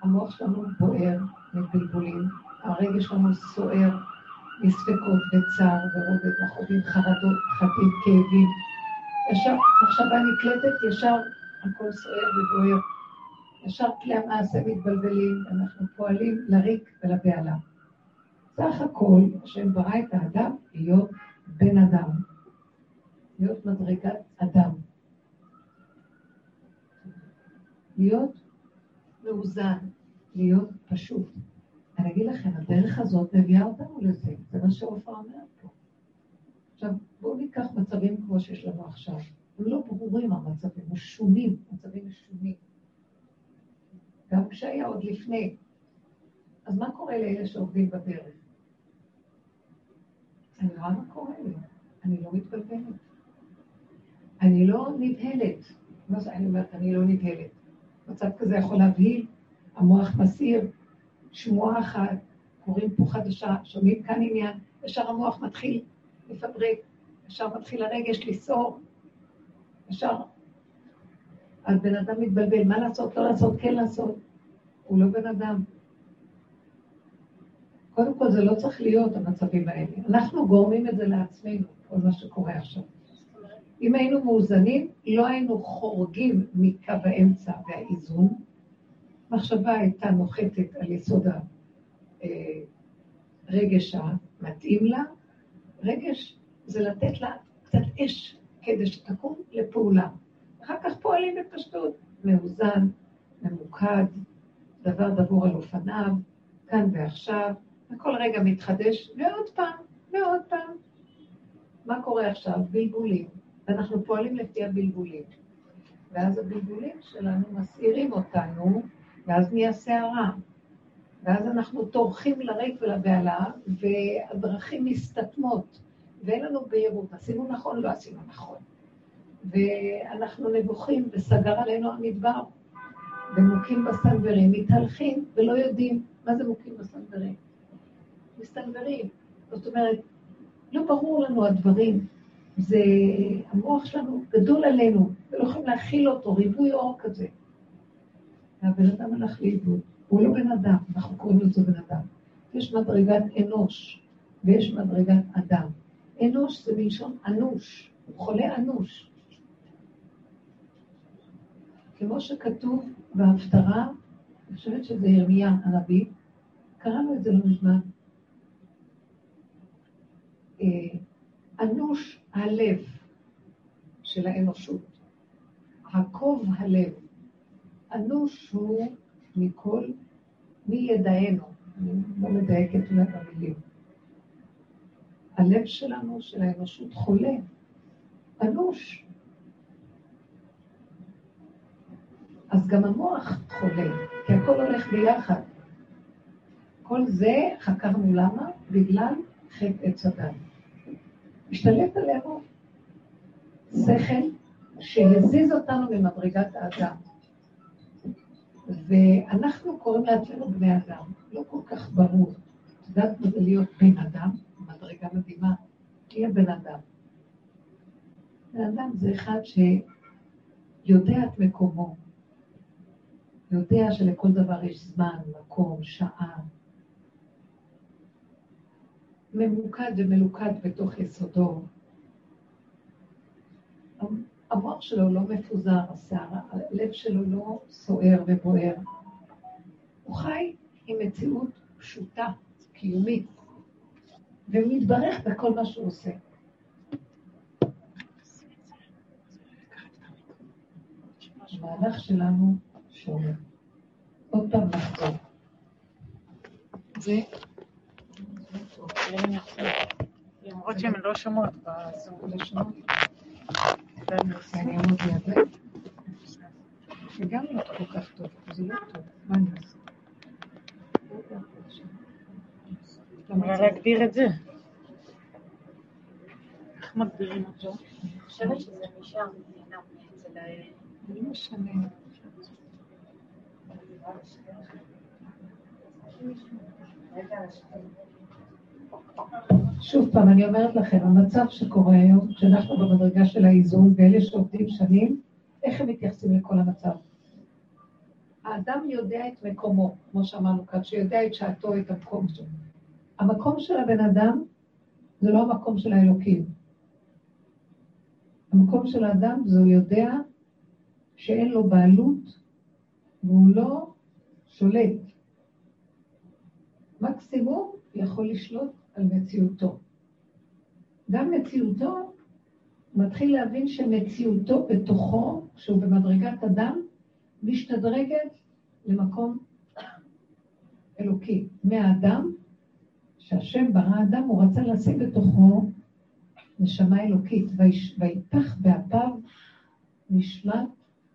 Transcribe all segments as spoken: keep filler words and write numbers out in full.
המוח שלנו בוער מבלבולים, הרגש שלנו סוער מספקות וצער ורודד, לחודים, חרדות, חטים, כאבים. ישר, מחשבה נקלטת, ישר הכל סוער ובוער. ישר כלי המעשה מתבלבלים, אנחנו פועלים לריק ולבעלה. סך הכל, השם ברא את האדם להיות בן אדם, להיות מדרגת אדם. להיות מאוזן, להיות פשוט. אני אגיד לכם, הדרך הזאת מביאה אותנו לזה, זה מה שעופרה אומרת פה. עכשיו, בואו ניקח מצבים כמו שיש לנו עכשיו. הם לא ברורים המצבים, הם שונים, מצבים משונים. גם כשהיה עוד לפני. אז מה קורה לאלה שעובדים בדרך? אני רואה מה קורה לי, אני לא מתבלבלת. אני לא נבהלת. מה זה, אני אומרת, אני לא נבהלת. מצב כזה יכול להבהיל, המוח מסעיר, שמועה אחת, קוראים פה חדשה, שומעים כאן עניין, ישר המוח מתחיל לפברק, ישר מתחיל הרגש לסעור, ישר. אז בן אדם מתבלבל, מה לעשות, לא לעשות, כן לעשות, הוא לא בן אדם. קודם כל זה לא צריך להיות המצבים האלה, אנחנו גורמים את זה לעצמנו, כל מה שקורה עכשיו. אם היינו מאוזנים, לא היינו חורגים מקו האמצע והאיזון, מחשבה הייתה נוחתת על יסוד הרגש המתאים לה, רגש זה לתת לה קצת אש כדי שתקום לפעולה. אחר כך פועלים בפשטות, מאוזן, ממוקד, דבר דבור על אופניו, כאן ועכשיו, וכל רגע מתחדש, ועוד פעם, ועוד פעם. מה קורה עכשיו? בלבולים. ואנחנו פועלים לפי הבלבולים. ואז הבלבולים שלנו מסעירים אותנו, ואז נהיה שערה. ואז אנחנו תורכים לריק ולבעלה, והדרכים מסתתמות. ואין לנו בהירות, עשינו נכון, לא עשינו נכון. ואנחנו נבוכים, וסגר עלינו המדבר. ומוקים בסנברים, מתהלכים ולא יודעים מה זה מוקים בסנברים. מסתנברים. זאת אומרת, לא ברור לנו הדברים. זה, המוח שלנו גדול עלינו, ולא יכולים להכיל אותו, ריבוי אור כזה. והבן אדם הלך לאיבוד, הוא לא בן אדם, אנחנו קוראים לזה בן אדם. יש מדרגת אנוש, ויש מדרגת אדם. אנוש זה מלשון אנוש, הוא חולה אנוש. כמו שכתוב בהפטרה, אני חושבת שזה ירמיה הנביא, קראנו את זה לא מזמן. אנוש הלב של האנושות, עקוב הלב, אנוש הוא מכל, מי ידענו, אני לא מדייקת אולי במילים. הלב שלנו, של האנושות, חולה, אנוש. אז גם המוח חולה, כי הכל הולך ביחד. כל זה חקרנו למה? בגלל חטא עץ הדת. משתלט עלינו שכל שהזיז אותנו ממדרגת האדם. ואנחנו קוראים לעצמנו בני אדם, לא כל כך ברור. תדעת מה זה להיות בן אדם, מדרגה מדהימה, תהיה בן אדם. בן אדם זה אחד שיודע את מקומו, יודע שלכל דבר יש זמן, מקום, שעה. ממוקד ומלוכד בתוך יסודו. המוח שלו לא מפוזר, הלב שלו לא סוער ובוער. הוא חי עם מציאות פשוטה, קיומית, ומתברך בכל מה שהוא עושה. המהלך שלנו שונה. עוד פעם נחזור. זה... למרות שהן לא שומעות בזום. אני אמוד ליד. שגם לא כל כך טוב, זה לא טוב. מה אני עושה? אמרה להגדיר את זה. איך מגדירים אותו? אני חושבת שזה משם, אצל אני לא משנה. שוב פעם, אני אומרת לכם, המצב שקורה היום, כשאנחנו במדרגה של האיזון, ואלה שעובדים שנים, איך הם מתייחסים לכל המצב? האדם יודע את מקומו, כמו שאמרנו כאן, שיודע את שעתו, את המקום שלו. המקום של הבן אדם זה לא המקום של האלוקים. המקום של האדם זה הוא יודע שאין לו בעלות והוא לא שולט. מקסימום יכול לשלוט על מציאותו. גם מציאותו מתחיל להבין שמציאותו בתוכו, שהוא במדרגת אדם, משתדרגת למקום אלוקי. מהאדם, שהשם ברא אדם, הוא רצה לשים בתוכו נשמה אלוקית, ויפח באפיו נשמת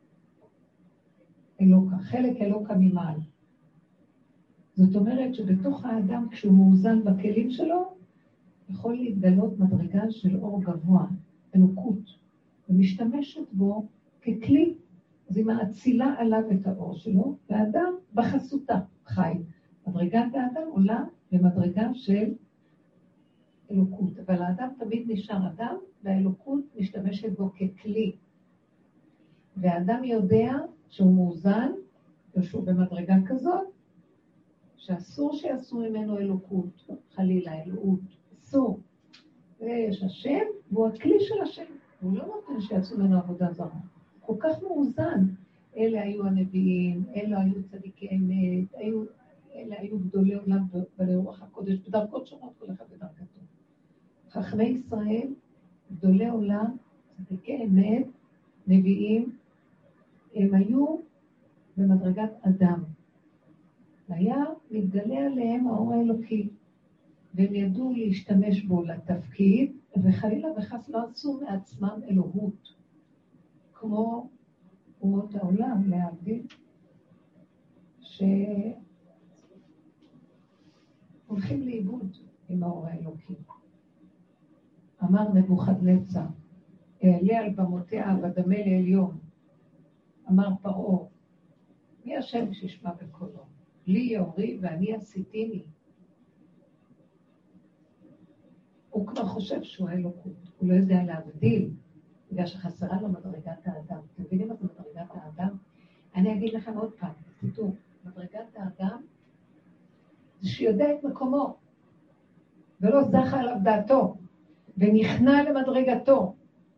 אלוקה, חלק אלוקה ממעל. זאת אומרת שבתוך האדם, כשהוא מאוזן בכלים שלו, יכול להתגלות מדרגה של אור גבוה, אלוקות, ומשתמשת בו ככלי. אז היא מאצילה עליו את האור שלו, והאדם בחסותה חי. מדרגת האדם עולה במדרגה של אלוקות, אבל האדם תמיד נשאר אדם, והאלוקות משתמשת בו ככלי. והאדם יודע שהוא מאוזן, ושהוא במדרגה כזאת, שאסור שיעשו ממנו אלוקות, חלילה אלוהות, אסור. ויש השם, והוא הכלי של השם. הוא לא נותן שיעשו ממנו עבודה זרה. כל כך מאוזן. אלה היו הנביאים, אלה היו צדיקי אמת, היו, אלה היו גדולי עולם ברוח הקודש, בדרכות שונות, כל אחד בדרכתו. חכמי ישראל, גדולי עולם, צדיקי אמת, נביאים, הם היו במדרגת אדם. היה מתגלה עליהם האור האלוקי, והם ידעו להשתמש בו לתפקיד, וחלילה וחס לא עשו מעצמם אלוהות, כמו אומות העולם, להבדיל, שהולכים לאיבוד עם האור האלוקי. אמר נבוכדנצר, אעלה על במותיה ודמה לעליון, אמר פרעה, מי השם שישמע בקולו? לי יאורי ואני עשיתיני. הוא כבר חושב שהוא האלוקות, הוא לא יודע להבדיל, בגלל שחסרה לו מדרגת האדם. אתם מבינים מה זה מדרגת האדם? אני אגיד לכם עוד פעם, תראו, מדרגת האדם זה שיודע את מקומו, ולא זכה עליו דעתו, ונכנע למדרגתו,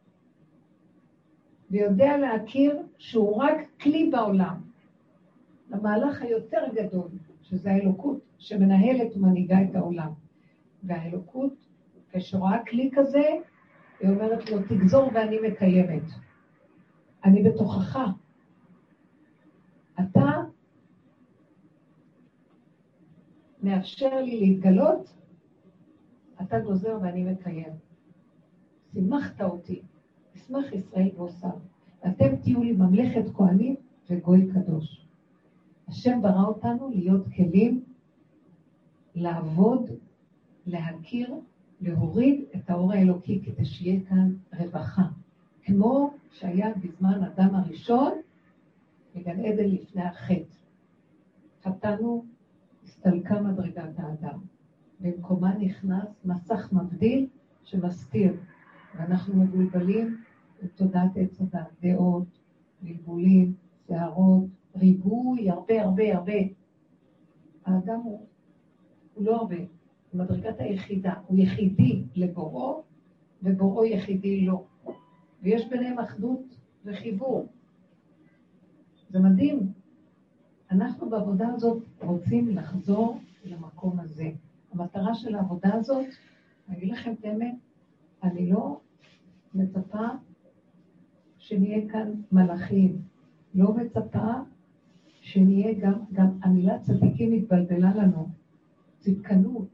ויודע להכיר שהוא רק כלי בעולם, למהלך היותר גדול, שזה האלוקות, שמנהלת ומנהיגה את העולם. והאלוקות, כשרואה כלי כזה, היא אומרת לו, תגזור ואני מקיימת. אני בתוכך. אתה מאפשר לי להתגלות, אתה גוזר ואני מקיים. שימחת אותי, תשמח ישראל ועושיו. ואתם תהיו לי ממלכת כהנים וגוי קדוש. השם ברא אותנו להיות כלים, לעבוד, להכיר, להוריד את האור האלוקי כדי שיהיה כאן רווחה. כמו שהיה בזמן אדם הראשון, בגן עדן לפני החטא. חטאנו, הסתלקה מדרגת האדם. במקומה נכנס מסך מבדיל שמסתיר. ואנחנו מבולבלים בתודעת עץ הדת, דעות, בלבולים, שערות, ריבוי, הרבה הרבה הרבה. האדם הוא, הוא לא הרבה, הוא מדרגת היחידה, הוא יחידי לבוראו, ובוראו יחידי לא. ויש ביניהם אחדות וחיבור. זה מדהים. אנחנו בעבודה הזאת רוצים לחזור למקום הזה. המטרה של העבודה הזאת, אני אגיד לכם באמת, אני לא מצפה שנהיה כאן מלאכים, לא מצפה שנהיה גם, גם המילה צדיקים מתבלבלה לנו, צדקנות.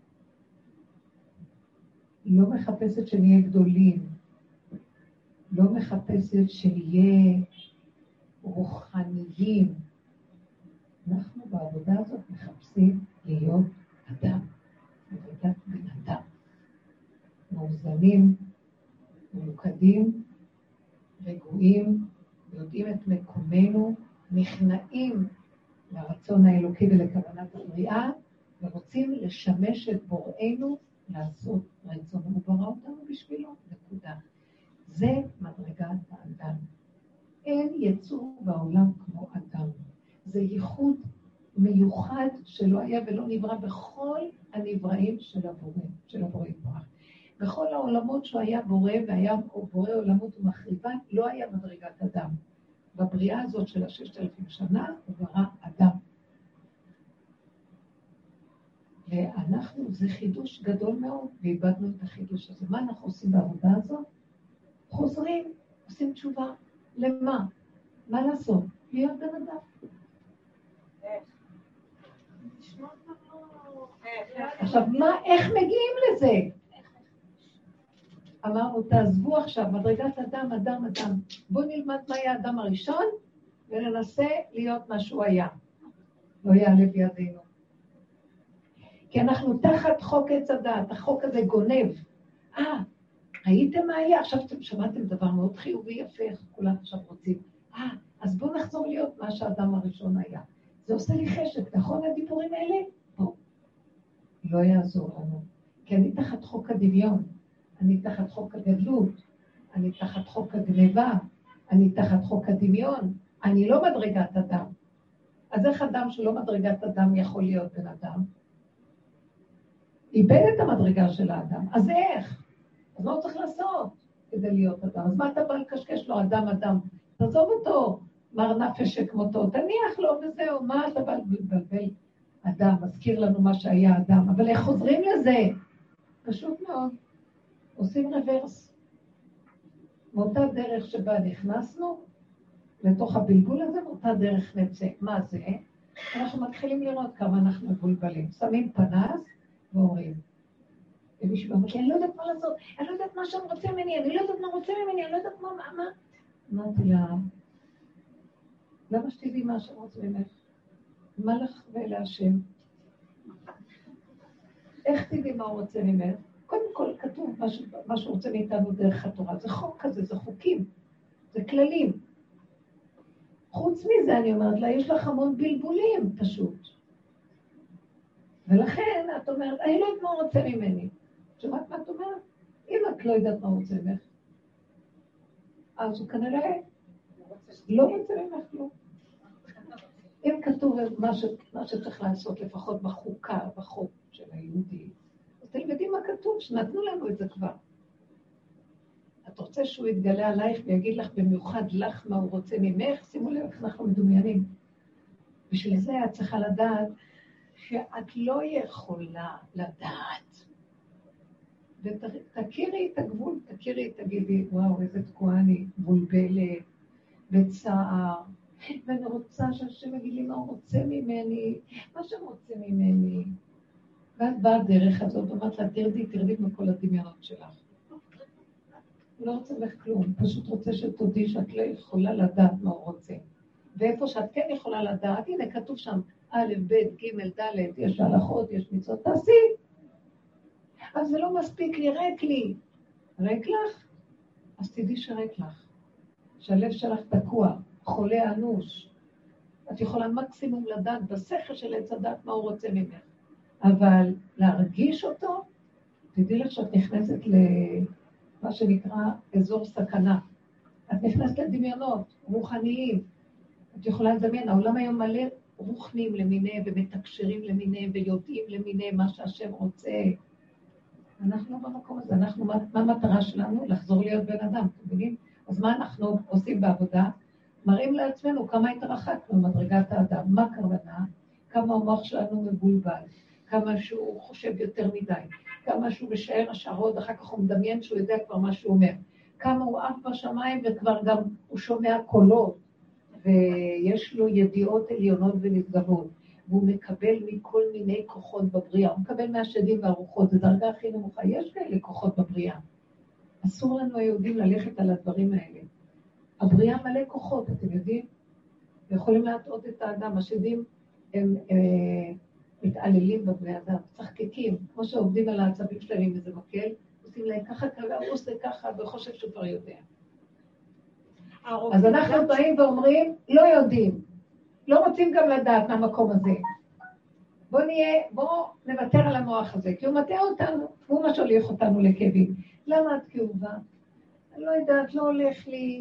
לא מחפשת שנהיה גדולים, לא מחפשת שנהיה רוחניים. אנחנו בעבודה הזאת מחפשים להיות אדם, עבודת בן אדם. מאוזנים, ממוקדים, רגועים, יודעים את מקומנו, נכנעים לרצון האלוקי ולכוונת הבריאה, ורוצים לשמש את בוראנו לעשות רצון. הוא ברא אותנו בשבילו, נקודה. זה מדרגת האדם. אין יצור בעולם כמו אדם. זה ייחוד מיוחד שלא היה ולא נברא בכל הנבראים של הבוראים, של הבוראים ברח. בכל העולמות שהוא היה בורא והיה בורא עולמות ומחריבן, לא היה מדרגת אדם. בבריאה הזאת של הששת אלפים שנה הוא ברא אדם. ואנחנו, זה חידוש גדול מאוד, ואיבדנו את החידוש הזה. מה אנחנו עושים בעבודה הזאת? חוזרים, עושים תשובה. למה? מה לעשות? להיות בן אדם. עכשיו, מה, איך מגיעים לזה? אמרנו, תעזבו עכשיו, מדרגת אדם, אדם, אדם. בואו נלמד מה היה האדם הראשון, וננסה להיות מה שהוא היה. לא יעלה בידינו. כי אנחנו תחת חוק עץ הדעת, החוק הזה גונב. אה, ראיתם מה היה? עכשיו אתם שמעתם דבר מאוד חיובי יפה, איך כולם עכשיו רוצים. אה, אז בואו נחזור להיות מה שהאדם הראשון היה. זה עושה לי חשק, נכון הדיבורים האלה? בואו. לא יעזור לנו. כי אני תחת חוק הדמיון, אני תחת חוק הגדלות, אני תחת חוק הגניבה, אני תחת חוק הדמיון, אני לא מדרגת אדם. אז איך אדם שלא מדרגת אדם יכול להיות בן אדם? איבד את המדרגה של האדם. אז איך? אז מה הוא צריך לעשות כדי להיות אדם? אז מה אתה בא לקשקש לו, אדם, אדם? תעזוב אותו, מר נפש שכמותו, תניח לו וזהו, מה אתה בא לבלבל אדם? מזכיר לנו מה שהיה אדם, אבל איך חוזרים לזה? פשוט מאוד. עושים רוורס. מאותה דרך שבה נכנסנו, לתוך הבלבול הזה, מאותה דרך נצא. מה זה? אנחנו מתחילים לראות כמה אנחנו מבולבלים. שמים פנס ואומרים. ומישהו אומר, כי אני לא יודעת מה לעשות, אני לא יודעת מה שאני רוצה ממני, אני לא יודעת מה רוצה ממני, אני לא יודעת מה, מה, מה. אמרתי לה, למה שתדעי מה שאני רוצה ממך? מה לך ולהשם? איך תדעי מה הוא רוצה ממך? קודם כל כתוב מה שהוא רוצה מאיתנו דרך התורה, זה חוק כזה, זה חוקים, זה כללים. חוץ מזה אני אומרת לה, יש לך המון בלבולים פשוט. ולכן את אומרת, אני לא יודעת מה הוא רוצה ממני. שמעת מה את אומרת? אם את לא יודעת מה הוא רוצה ממך, אז הוא כנראה לא רוצה ממך כלום. אם כתוב מה, ש... מה שצריך לעשות, לפחות בחוקה, בחוק של היהודי, אז תלמדים מה כתוב, שנתנו לנו את זה כבר. את רוצה שהוא יתגלה עלייך ויגיד לך במיוחד לך מה הוא רוצה ממך, שימו לב, אנחנו מדומיינים. בשביל זה את צריכה לדעת שאת לא יכולה לדעת. ותכירי את הגבול, תכירי, תגידי, וואו, איזה תקועה אני, בולבלת, בצער, ואני רוצה שהשם יגיד לי מה הוא רוצה ממני, מה שהוא רוצה ממני. ואת באה דרך הזאת, אומרת לה, תרדי, תרדי מכל הדמיונות שלך. לא רוצה לך כלום, פשוט רוצה שתודי שאת לא יכולה לדעת מה הוא רוצה. ואיפה שאת כן יכולה לדעת, הנה כתוב שם, א', ב', ג', ד', יש הלכות, יש מצוות, תעשי. אבל זה לא מספיק לי, ריק לי. ריק לך? אז תדעי שריק לך. שהלב שלך תקוע, חולה אנוש. את יכולה מקסימום לדעת בשכל של עץ הדת מה הוא רוצה ממך. אבל להרגיש אותו, תדעי לך שאת נכנסת למה שנקרא אזור סכנה. את נכנסת לדמיונות רוחניים. את יכולה לדמיין, העולם היום מלא רוחנים למיניהם ומתקשרים למיניהם ויודעים למיניהם מה שהשם רוצה. אנחנו במקום הזה, אנחנו, מה המטרה שלנו? לחזור להיות בן אדם, אתם מבינים? אז מה אנחנו עושים בעבודה? מראים לעצמנו כמה התרחקנו במדרגת האדם, מה הכוונה? כמה המוח שלנו מבולבל, כמה שהוא חושב יותר מדי, כמה שהוא משער השערות, אחר כך הוא מדמיין שהוא יודע כבר מה שהוא אומר, כמה הוא עף בשמיים וכבר גם הוא שומע קולות, ויש לו ידיעות עליונות ונשגבות, והוא מקבל מכל מיני כוחות בבריאה, הוא מקבל מהשדים והרוחות, זו דרגה הכי נמוכה, יש כאלה כוחות בבריאה. אסור לנו היהודים ללכת על הדברים האלה. הבריאה מלא כוחות, אתם יודעים? ויכולים להטעות את האדם, השדים הם אה, מתעללים בבני אדם, צחקקים, כמו שעובדים על העצבים שלהם עם איזה מקל, עושים להם ככה ככה, הוא עושה ככה, וחושב שהוא כבר יודע. אז אנחנו באים ואומרים, לא יודעים, לא רוצים גם לדעת מהמקום הזה. בוא נהיה, בוא נוותר על המוח הזה, כי הוא מטעה אותנו, הוא מה שהוליך אותנו לכאבים. למה את כאובה? אני לא יודעת, לא הולך לי,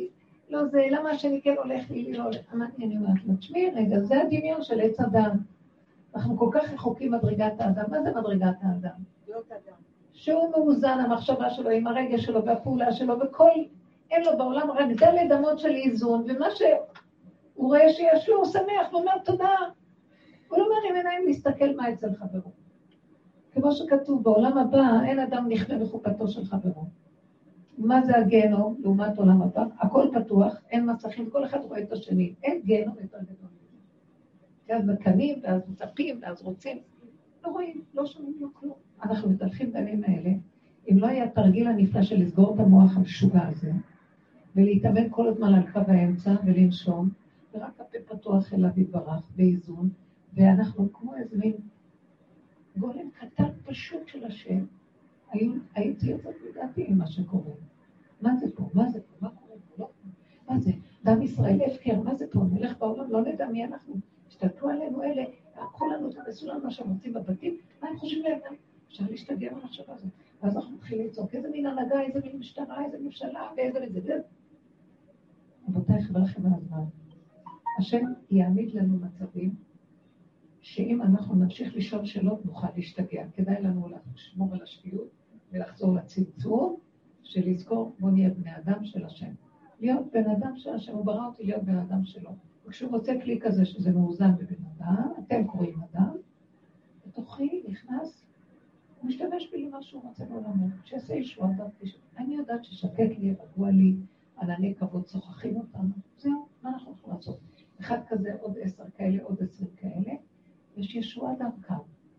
לא זה, למה שאני כן הולך לי, לא הולך, אמרתי, אני אומרת לו, תשמעי רגע, זה הדמיון של עץ אדם. אנחנו כל כך רחוקים מדרגת האדם. מה זה מדרגת האדם? להיות אדם. שהוא מאוזן, המחשבה שלו, עם הרגש שלו והפעולה שלו, וכל, אין לו בעולם רק דלת אמות של איזון, ומה שהוא רואה שיש לו, הוא שמח, הוא אומר תודה. הוא לא מרים עיניים להסתכל מה אצל חברו. כמו שכתוב, בעולם הבא אין אדם נכווה בחופתו של חברו. מה זה הגיהנום לעומת עולם הבא? הכל פתוח, אין מסכים, כל אחד רואה את השני. אין גיהנום יותר גדול. אז מקנים, ואז מצפים, ואז רוצים. לא רואים, לא שומעים לו כלום. אנחנו מתהלכים בימים האלה. אם לא היה התרגיל הנפלא של לסגור את המוח המשוגע הזה, ולהתאמן כל הזמן על קו האמצע ולנשום, ורק הפה פתוח אליו יתברך באיזון, ואנחנו כמו איזה מין גולם קטן פשוט של השם, הייתי יוצאת לדעתי עם מה שקורה. מה זה פה? מה זה פה? מה קורה פה? לא. מה זה? דם ישראל הפקר, מה זה פה? נלך בעולם, לא נדע מי אנחנו. השתלטו עלינו אלה, עקו לנו, תנסו לנו מה שהם רוצים בבתים, מה הם חושבים להם? אפשר להשתגע במחשבה הזאת. ואז אנחנו מתחילים לצעוק, איזה מין הנהגה, איזה מין משטרה, איזה ממשלה, ואיזה וזה. רבותיי, חבר לכם על הזמן. השם יעמיד לנו מצבים, שאם אנחנו נמשיך לשאול שאלות, נוכל להשתגע. כדאי לנו לשמור על השפיות ולחזור לצמצום, של לזכור, בוא נהיה בני אדם של השם. להיות בן אדם של השם, הוא ברא אותי להיות בן אדם שלו. וכשהוא רוצה כלי כזה שזה מאוזן בבן אדם, אתם קוראים אדם, בתוכי נכנס, הוא משתמש בי למה שהוא רוצה לעולמו. שיעשה ישועה דרכי, אני יודעת ששקט לי, רגוע לי, ענני כבוד שוחחים אותנו. זהו, מה אנחנו יכולים לעשות? אחד כזה, עוד עשר כאלה, עוד עשרים כאלה, יש ישועה דרכם.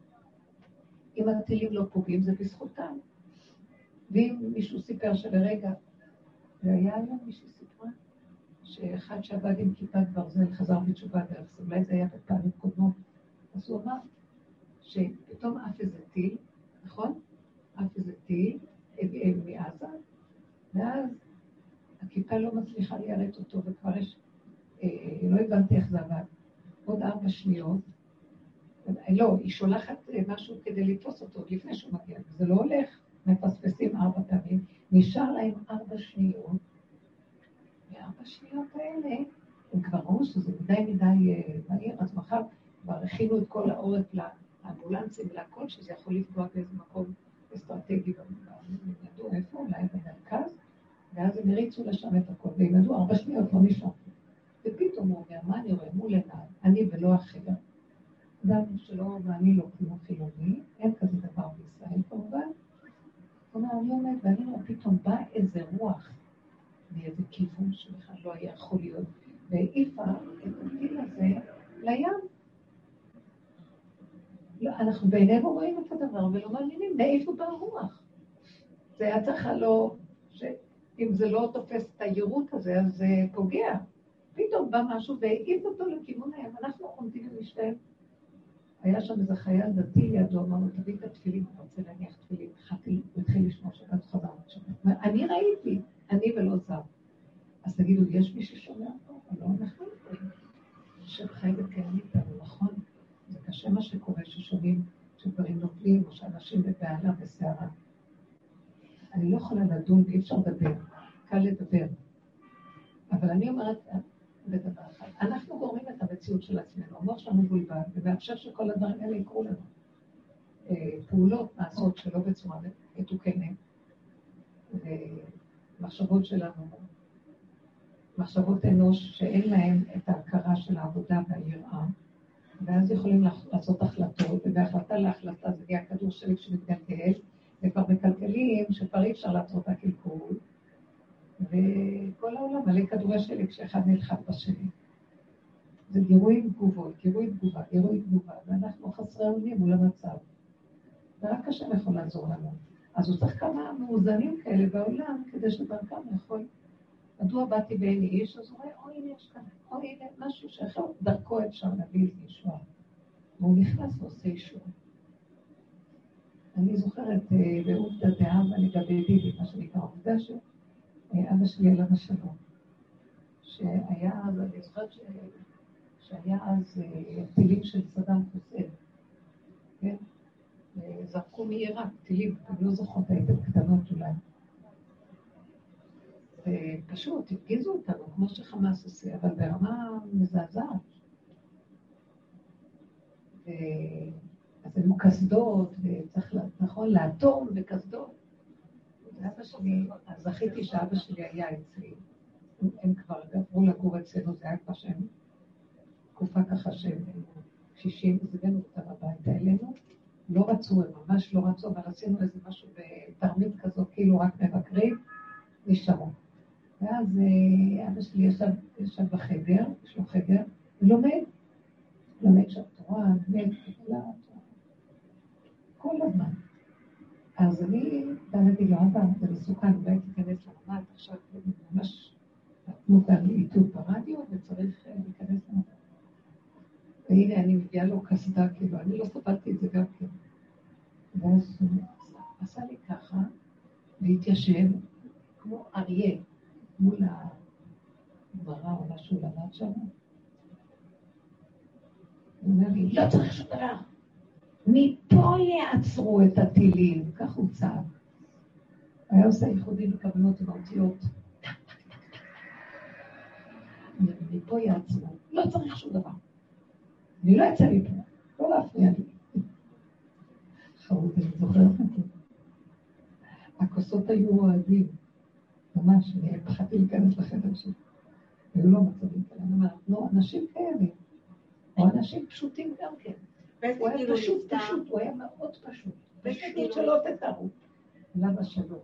אם הטילים לא פוגעים, זה בזכותם. ואם מישהו סיפר שלרגע, והיה היום מישהו סיפרה, שאחד שעבד עם כיפת ברזל חזר בתשובה דרך זה, אולי זה היה בפעמים קודמות, אז הוא אמר שפתאום אף איזה טיל, נכון? אף איזה טיל מעזה, ואז הכיפה לא מצליחה ליירט אותו, וכבר יש, אה, לא הבנתי איך זה עבד, עוד ארבע שניות, לא, היא שולחת משהו כדי לתפוס אותו לפני שהוא מגיע, זה לא הולך, מפספסים ארבע פעמים, נשאר להם ארבע שניות, וארבע שניות האלה, הם כבר ראו שזה מדי מדי מהיר, אז מחר כבר הכינו את כל העורף לאמבולנסים ולכל, שזה יכול לפגוע באיזה מקום אסטרטגי, והם ידעו איפה, אולי במרכז, ואז הם הריצו לשם את הכל, והם ידעו ארבע שניות לא נשאר. ופתאום הוא אומר, מה אני רואה מול עיניי, אני ולא אחר. דענו שלא, ואני לא כמו חילוני, אין כזה דבר בישראל כמובן. זאת אומרת, אני עומד ואני רואה, פתאום בא איזה רוח, מאיזה כיוון שבכלל לא היה יכול להיות, והעיפה את הטיל הזה לים. לא, אנחנו בעינינו רואים את הדבר ולא מאמינים, מאיפה בא הרוח? זה היה צריך לא, שאם זה לא תופס את היירות הזה, אז זה פוגע. פתאום בא משהו והעיף אותו לכיוון הים, אנחנו עומדים ומשתהם. היה שם איזה חייל דתי לידו, אמרנו, תביא את התפילים, אתה רוצה להניח תפילים, התחלתי, הוא התחיל לשמוע שבת חזר לשבת. אני ראיתי, אני ולא זר. אז תגידו, יש מי ששומע פה? לא, אנחנו רואים. שחי וקיים איתנו, נכון? זה קשה מה שקורה ששומעים שדברים נופלים, או שאנשים בבעלה בסערה. אני לא יכולה לדון, ואי אפשר לדבר, קל לדבר. אבל אני אומרת, בדבר אחד, אנחנו גורמים את המציאות של עצמנו, המוח שלנו בולבל, ומאפשר שכל הדברים האלה יקרו לנו. פעולות נעשות שלא בצורה מתוקנת, ומחשבות שלנו, מחשבות אנוש שאין להם את ההכרה של העבודה והיראה, ואז יכולים לעשות החלטות, ובהחלטה להחלטה זה יהיה כדור שלג שמתגלגל, וכבר מקלקלים שכבר אי אפשר לעצור את הקלקול, וכל העולם מלא כדורי שלג שאחד נלחם בשני. זה גירוי תגובות, גירוי תגובה, גירוי תגובה, ואנחנו חסרי אונים מול המצב. ורק השם יכול לעזור לנו. אז הוא צריך כמה מאוזנים כאלה בעולם, כדי שדרכם יכול. מדוע באתי בעיני איש, אז הוא רואה, או הנה יש כאן, או הנה משהו שאחר דרכו אפשר להביא את ישועה. והוא נכנס ועושה ישועה. אני זוכרת בעובדה דעה, ואני גם בידידי, מה שנקרא עובדה שאבא שלי עליו השלום. שהיה אז, אני זוכרת ש... שהיה אז טילים של סדאם חוסיין. כן? זרקו מעיראק, טילים, אני לא זוכרת, הייתם קטנות אולי. פשוט, הפגיזו אותנו, כמו שחמאס עושה, אבל ברמה מזעזעת. אז היו כסדות, וצריך, נכון, לאטום וכסדות. אבא שלי, אז זכיתי שאבא שלי היה אצלי. הם כבר עברו לגור אצלנו, זה היה כבר שהם, תקופה ככה שהם שישים, אז הבאנו אותם הביתה אלינו. לא רצו, הם ממש לא רצו, אבל עשינו איזה משהו בתרמית כזו, כאילו רק מבקרים, נשארו. ואז אבא שלי ישב, ישב בחדר, יש לו חדר, ולומד, לומד שם תורה, לומד, תורה, כל הזמן. אז אני דלתי לו, אבא, זה מסוכן, אולי תיכנס לממד, עכשיו ממש מותר לעיתוב ברדיו, וצריך להיכנס לממד. והנה אני מביאה לו כסדה, כאילו, אני לא ספרתי את זה גם כן. ואז הוא עשה לי ככה, והתיישב כמו אריה, מול הגמרא או משהו למד שם. הוא אומר לי, לא צריך שום דבר. מפה יעצרו את הטילים, כך הוא צעק. היה עושה ייחודים וכוונות עם האותיות. מפה יעצרו, לא צריך שום דבר. אני לא יצא לי פה, לא להפריע לי. חרות, אני זוכרת אותי. הכוסות היו אוהדים, ממש, אני פחדתי להיכנס לחדר שלי. היו לא מצבים כאלה, אני אומרת, לא, אנשים כאלה, או אנשים פשוטים גם כן. הוא היה פשוט פשוט, הוא היה מאוד פשוט. פשוט שלא תתארו. למה שלא?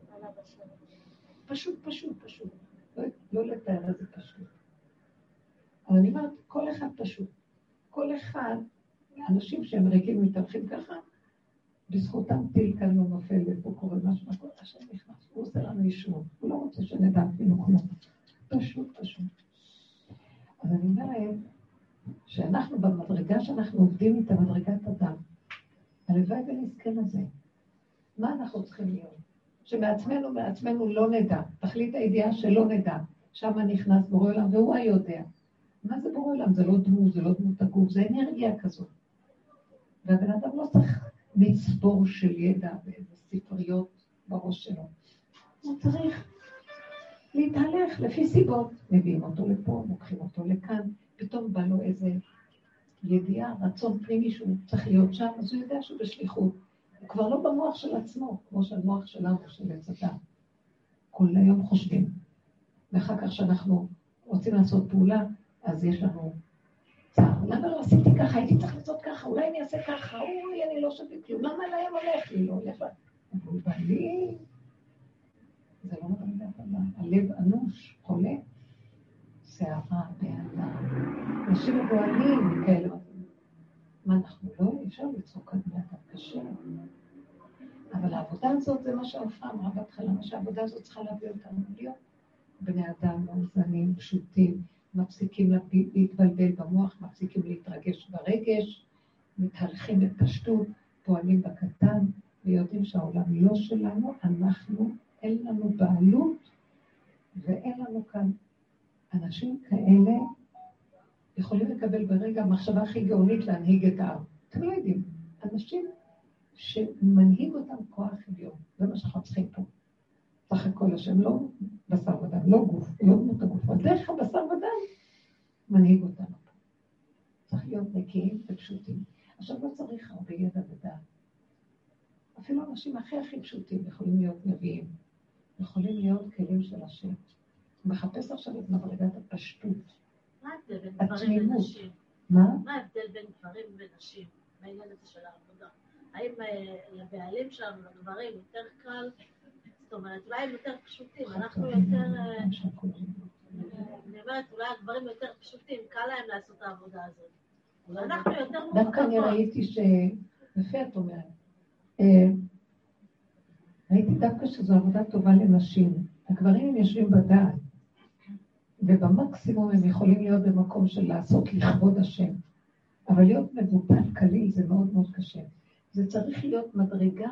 פשוט, פשוט, פשוט. לא לתאר איזה פשוט. אבל אני אומרת, כל אחד פשוט. כל אחד, אנשים שהם רגילים מתארחים ככה, בזכותם טיל כאן לא נופל, ופה קורה משהו, הכל השם נכנס, הוא עושה לנו אישור, הוא לא רוצה שנדע אפילו כלום. פשוט, פשוט. אז אני אומרת, שאנחנו במדרגה שאנחנו עובדים איתה, מדרגת אדם, הלוואי ונזכה לזה. מה אנחנו צריכים להיות? שמעצמנו, מעצמנו לא נדע, תכלית הידיעה שלא נדע, שם נכנס בורא עולם, והוא היודע. מה זה בורא עולם? זה לא דמות, זה לא דמות הגוף, זה אנרגיה כזאת. והבן אדם לא צריך מצבור של ידע וספריות בראש שלו. הוא צריך להתהלך לפי סיבות. מביאים אותו לפה, מוקחים אותו לכאן, פתאום בא לו איזה ידיעה, רצון פנימי שהוא צריך להיות שם, אז הוא יודע שהוא בשליחות. הוא כבר לא במוח של עצמו, כמו שהמוח שלנו, של הצדה. כל היום חושבים. ואחר כך שאנחנו רוצים לעשות פעולה, אז יש לנו צער. למה לא עשיתי ככה? הייתי צריך לעשות ככה, אולי אני אעשה ככה, אוי, אני לא שווה כלום. למה להם הולך לי? לא הולך לה. אבל בלי... זה לא מדבר דבר. הלב אנוש, חולה. שערה, בעלה. אנשים מבועלים כאלה. מה אנחנו לא? אפשר לצחוק על בני אדם קשה. אבל העבודה הזאת זה מה שהאופה אמרה בהתחלה, מה שהעבודה הזאת צריכה להביא אותנו להיות. בני אדם מאוזנים, פשוטים, מפסיקים להתבלבל במוח, מפסיקים להתרגש ברגש, מתהלכים בפשטות, פועלים בקטן, ויודעים שהעולם לא שלנו, אנחנו, אין לנו בעלות, ואין לנו כאן אנשים כאלה, יכולים לקבל ברגע המחשבה הכי גאונית להנהיג את העם. אתם לא יודעים, אנשים שמנהיג אותם כוח עליון, זה מה שאנחנו צריכים פה. סך הכל השם לא בשר ודם, לא גוף, לא דמות הגוף, אבל דרך הבשר ודם מנהיג אותנו פה. צריך להיות נקיים ופשוטים. עכשיו לא צריך הרבה ידע ודעת. אפילו אנשים הכי הכי פשוטים יכולים להיות נביאים, יכולים להיות כלים של השם. הוא מחפש עכשיו את מדרגת הפשטות. מה ההבדל בין גברים ונשים? מה? מה ההבדל בין גברים ונשים בעניין הזה של העבודה? האם לבעלים שלנו, לגברים, יותר קל? זאת אומרת, אולי הם יותר פשוטים, אנחנו יותר... אני אומרת, אולי הגברים יותר פשוטים, קל להם לעשות את העבודה הזאת. אנחנו יותר מורכבות. דווקא אני ראיתי ש... לפי את אומרת. ראיתי דווקא שזו עבודה טובה לנשים. הגברים הם יושבים בדעת, ובמקסימום הם יכולים להיות במקום של לעשות לכבוד השם. אבל להיות מבוטל קליל זה מאוד מאוד קשה. זה צריך להיות מדרגה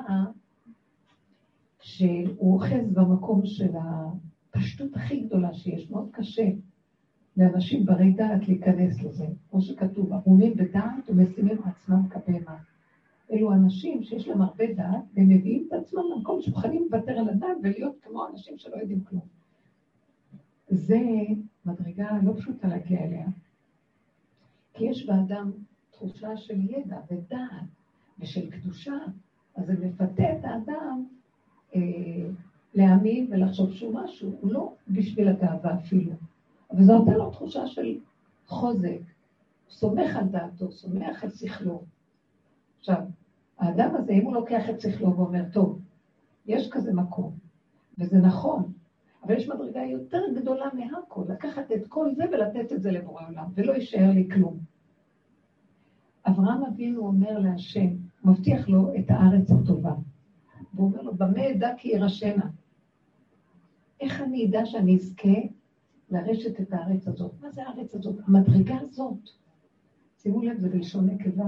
שהוא אוחז במקום של הפשטות הכי גדולה שיש. מאוד קשה לאנשים ברי דעת להיכנס לזה. כמו שכתוב, ערומים בדעת ומשימים עצמם כבהמה. אלו אנשים שיש להם הרבה דעת, והם מביאים את עצמם למקום שמוכנים לוותר על הדעת ולהיות כמו אנשים שלא יודעים כלום. זה מדרגה לא פשוטה להגיע אליה. כי יש באדם תחושה של ידע ודעת ושל קדושה, אז זה מפתה את האדם אה, להאמין ולחשוב שהוא משהו, הוא לא בשביל הגאווה אפילו. אבל זה נותן לו תחושה של חוזק, סומך על דעתו, סומך על שכלו. עכשיו, האדם הזה, אם הוא לוקח את שכלו ואומר, טוב, יש כזה מקום, וזה נכון, אבל יש מדרגה יותר גדולה מהכל, לקחת את כל זה ולתת את זה לבורא עולם, ולא יישאר לי כלום. אברהם אבינו אומר להשם, מבטיח לו את הארץ הטובה. והוא אומר לו, במה אדע כי ירשנה? איך אני אדע שאני אזכה לרשת את הארץ הזאת? מה זה הארץ הזאת? המדרגה הזאת. שימו לב, זה בלשון נקבה.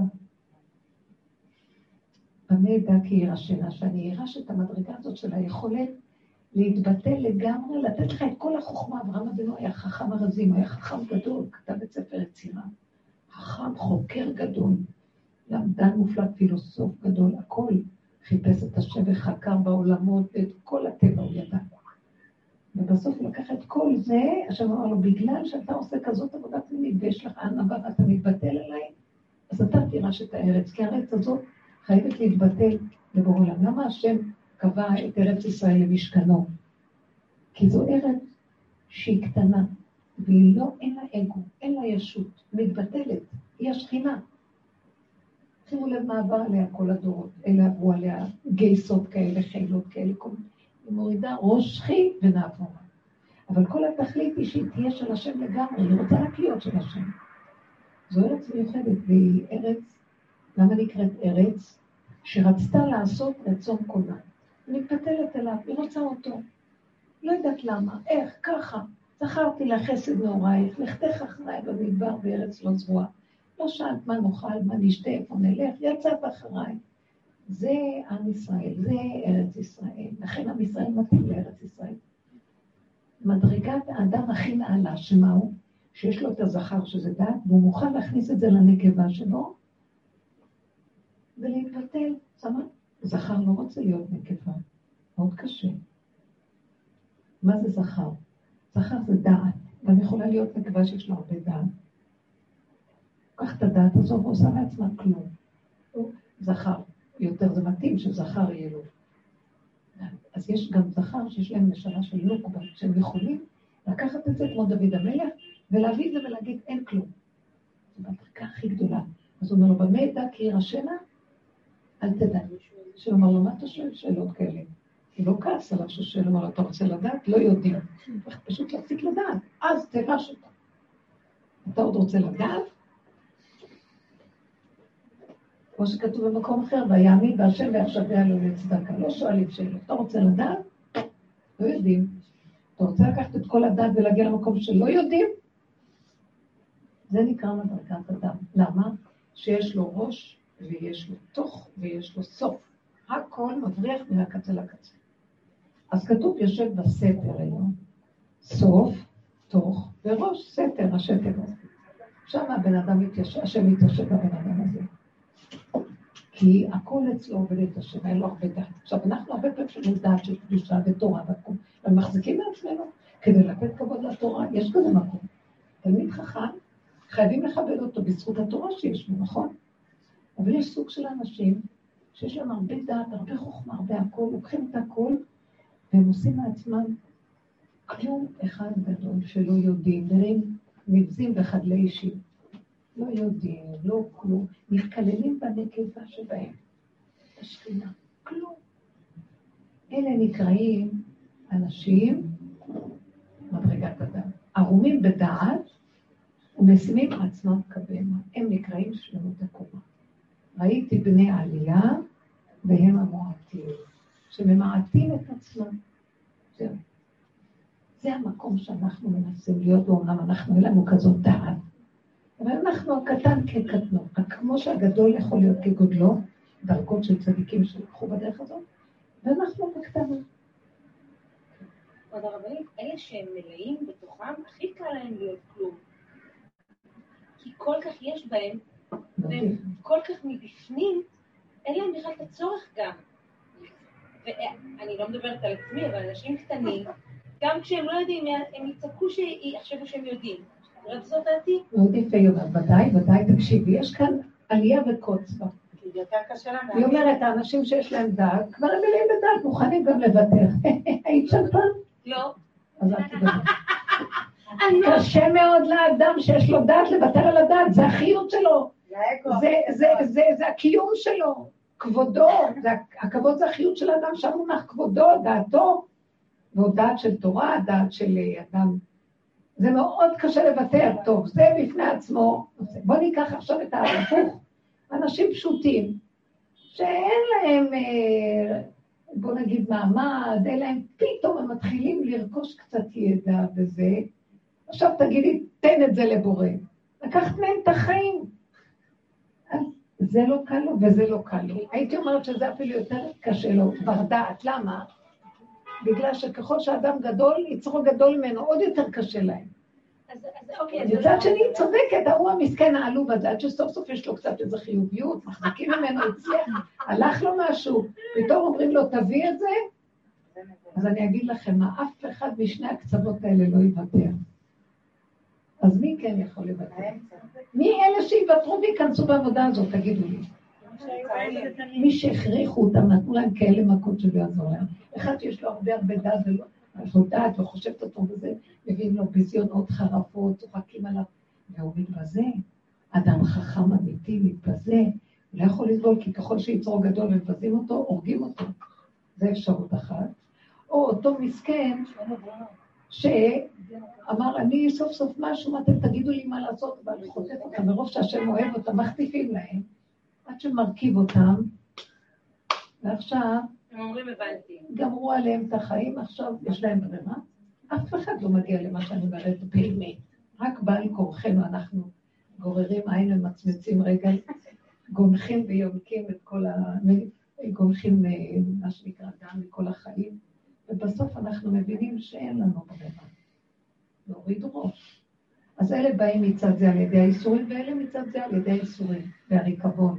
במה אדע כי ירשנה? שאני ירש את המדרגה הזאת של היכולת להתבטא לגמרי, לתת לך את כל החוכמה. אברהם אבינו היה חכם הרזים, היה חכם גדול, כתב את ספר יצירה. חכם, חוקר גדול, למדן מופלא, פילוסוף גדול, הכל חיפש את השם וחקר בעולמות, ואת כל הטבע הוא ידע. ובסוף הוא לקח את כל זה, השם אמר לו, בגלל שאתה עושה כזאת עבודה פנימית, ויש לך ענווה ואתה מתבטל אליי, אז אתה תירש את הארץ, כי הארץ הזאת חייבת להתבטל לבורא עולם. למה השם קבע את ארץ ישראל למשכנו? כי זו ארץ שהיא קטנה, והיא לא, אין לה אגו, אין לה ישות, מתבטלת, היא השכינה. שימו לב מה עבר עליה כל הדורות, אלה עברו עליה גייסות כאלה, חילות כאלה, היא מורידה ראש שכי ונעבור. אבל כל התכלית היא שהיא תהיה של השם לגמרי, היא רוצה רק להיות של השם. זו ארץ מיוחדת, והיא ארץ, למה נקראת ארץ? שרצתה לעשות רצון קונה. היא מתפתלת אליו, היא רוצה אותו. לא יודעת למה, איך, ככה. זכרתי לחסד נעורייך, לכתך אחריי במדבר בארץ לא זרועה. לא שאלת מה נאכל, מה נשתה, איפה נלך, יצאת אחריי. זה עם ישראל, זה ארץ ישראל. לכן עם ישראל מתאים לארץ ישראל. מדרגת האדם הכי נעלה, שמה הוא? שיש לו את הזכר שזה דת, והוא מוכן להכניס את זה לנקבה שלו, ולהתבטל. שמה? זכר לא רוצה להיות נקבה. מאוד קשה. מה זה זכר? זכר זה דעת, ואני יכולה להיות נקבה שיש לה הרבה דעת. קח את הדעת הזו ועושה לעצמה כלום. זכר, יותר זה מתאים שזכר יהיה לו. אז יש גם זכר שיש להם נשמה של נוקבה, שהם יכולים לקחת את זה כמו דוד המלך, ולהביא את זה ולהגיד אין כלום. זו בדרכה הכי גדולה. אז הוא אומר לו, במה ידע כי ירשנה? אל תדע. שאומר לו, מה אתה שואל שאלות כאלה? הוא לא כעס עליו ששואל, אומר, אתה רוצה לדעת? לא יודעים. פשוט להפסיק לדעת. אז תרש אותה. אתה עוד רוצה לדעת? כמו שכתוב במקום אחר, ויעמיד בהשם ויחשביה לו לצדקה. לא שואלים שאלות. אתה רוצה לדעת? לא יודעים. אתה רוצה לקחת את כל הדעת ולהגיע למקום שלא יודעים? זה נקרא מדרגת אדם. למה? שיש לו ראש ויש לו תוך ויש לו סוף. הכל מבריח מהקצה לקצה. אז כתוב יושב בסתר היום, סוף, תוך וראש, סתר, השתר הזה. שם הבן אדם מתיישב, השם מתיישב בבן אדם הזה. כי הכל אצלו עובד את השם, אין לו הרבה דעת. עכשיו, אנחנו הרבה פעמים שלנו דעת של קדושה ותורה והכל, ומחזיקים מעצמנו כדי לתת כבוד לתורה, יש כזה מקום. תלמיד חכם, חייבים לכבד אותו בזכות התורה שיש לו, נכון? אבל יש סוג של אנשים שיש להם הרבה דעת, הרבה חוכמה, הרבה הכל, לוקחים את הכל, והם עושים מעצמם כלום אחד גדול שלא יודעים, והם נבזים וחדלי אישים. לא יודעים, לא כלום, מתקללים בנקבה שבהם. השכינה, כלום. אלה נקראים אנשים, מדרגת אדם, ערומים בדעת, ומשימים עצמם כבהמה. הם נקראים שלמות הקומה. ראיתי בני עלייה, והם המועטים, שממעטים את עצמם. זהו. זה המקום שאנחנו מנסים להיות, ואומנם אנחנו, אין לנו כזאת דעת. אבל אנחנו הקטן כקטנו, כמו שהגדול יכול להיות כגודלו, דרכות של צדיקים שלקחו בדרך הזאת, ואנחנו בקטנה. עוד הרבנית, אלה שהם מלאים בתוכם, הכי קל להם להיות כלום. כי כל כך יש בהם, והם כל כך מבפנים, אין להם בכלל את הצורך גם. ואני לא מדברת על עצמי, אבל אנשים קטנים, גם כשהם לא יודעים, הם יצעקו שיחשבו שהם יודעים. זאת דעתי? מאוד יפה, ודאי, ודאי, תקשיבי, יש כאן עלייה וקוץ בה. יותר קשה להם. היא אומרת, האנשים שיש להם דעת, כבר הם מלאים בדעת, מוכנים גם לוותר. היית שם פעם? לא. אז אל תדבר. קשה מאוד לאדם שיש לו דעת לוותר על הדעת, זה החיות שלו. זה הקיום שלו, כבודו, הכבוד זה החיות של האדם, שם מונח כבודו, דעתו, ועוד דעת של תורה, דעת של אדם. זה מאוד קשה לוותר, טוב, זה בפני עצמו. בוא ניקח עכשיו את ההפוך. אנשים פשוטים, שאין להם, בוא נגיד מעמד, אין להם, פתאום הם מתחילים לרכוש קצת ידע בזה. עכשיו תגידי, תן את זה לבורא. לקחת מהם את החיים. זה לא קל לו וזה לא קל לו. הייתי אומרת שזה אפילו יותר קשה לו, ברדעת. למה? בגלל שככל שאדם גדול, יצרו גדול ממנו, עוד יותר קשה להם. מצד שני צודקת, ההוא המסכן העלוב הזה, עד שסוף סוף יש לו קצת איזו חיוביות, מחזיקים ממנו, הצליח, הלך לו משהו, פתאום אומרים לו, תביא את זה, אז אני אגיד לכם, אף אחד משני הקצוות האלה לא יוותר. אז מי כן יכול לוותר? מי אלה שיוותרו ויכנסו בעבודה הזאת, תגידו לי. מי שהכריחו אותם, נתנו להם כאלה מכות שלא יעזור להם. אחד שיש לו הרבה הרבה דעת ולא, יש לו דעת וחושבת אותו וזה, מביאים לו ביזיונות חרפות, צוחקים עליו, והוא מתבזה. אדם חכם אמיתי מתבזה, הוא לא יכול לסבול, כי ככל שיצרו גדול ומבזים אותו, הורגים אותו. זה אפשרות אחת. או אותו מסכן, שאמר, אני סוף סוף משהו, אתם תגידו לי מה לעשות, אבל חוטף אותם, מרוב שהשם אוהב אותם, מחטיפים להם, עד שמרכיב אותם, ועכשיו, הם אומרים, הבנתי. גמרו עליהם את החיים, עכשיו יש להם ברירה. אף אחד לא מגיע למה שאני אומרת באמת. רק בעל כורחנו, אנחנו גוררים עין ומצמצים רגע, גונחים ויונקים את כל ה... גונחים, מה שנקרא, גם מכל החיים, ובסוף אנחנו מבינים שאין לנו ברירה. להוריד ראש. אז אלה באים מצד זה על ידי האיסורים, ואלה מצד זה על ידי האיסורים, והריקבון.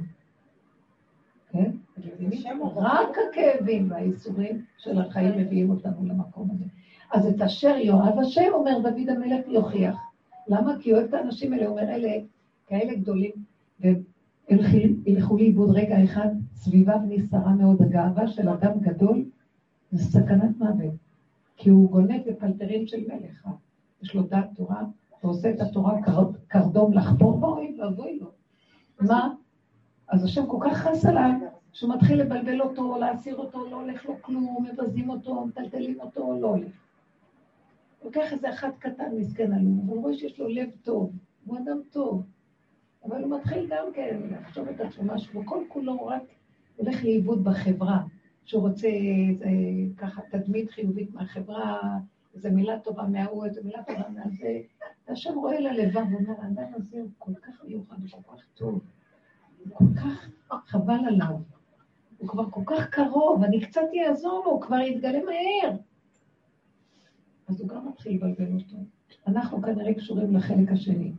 כן? רק הכאבים והאיסורים של החיים מביאים אותנו למקום הזה. אז את אשר יאהב השם, אומר דוד המלך, יוכיח. למה? כי אוהב את האנשים האלה, אומר אלה כאלה גדולים, והם ילכו לאיבוד רגע אחד, סביבה ונסתרה מאוד. הגאווה של אדם גדול, זה סכנת מוות. כי הוא גונב בפלטרים של מלך. יש לו דעת תורה, ועושה את התורה קרדום לחפור בו, ואבוי לו. מה? אז השם כל כך חס עליו, שהוא מתחיל לבלבל אותו, להסיר אותו, לא הולך לו כלום, מבזים אותו, מטלטלים אותו, לא הולך. לוקח איזה אחד קטן מסכן עלום, אבל רואה שיש לו לב טוב, הוא אדם טוב, אבל הוא מתחיל גם כן לחשוב את עצמו משהו, וכל כולו רק הולך לאיבוד בחברה, שהוא רוצה איזה, ככה תדמית חיובית מהחברה, איזו מילה טובה מההוא, איזו מילה טובה מהזה, והשם רואה ללבב, הוא אומר, האדם הזה הוא כל כך מיוחד, הוא כל כך טוב, הוא כל כך חבל עליו, הוא כבר כל כך קרוב, אני קצת יעזור לו, הוא כבר יתגלה מהר. אז הוא גם מתחיל לבלבל אותו. אנחנו כנראה קשורים לחלק השני.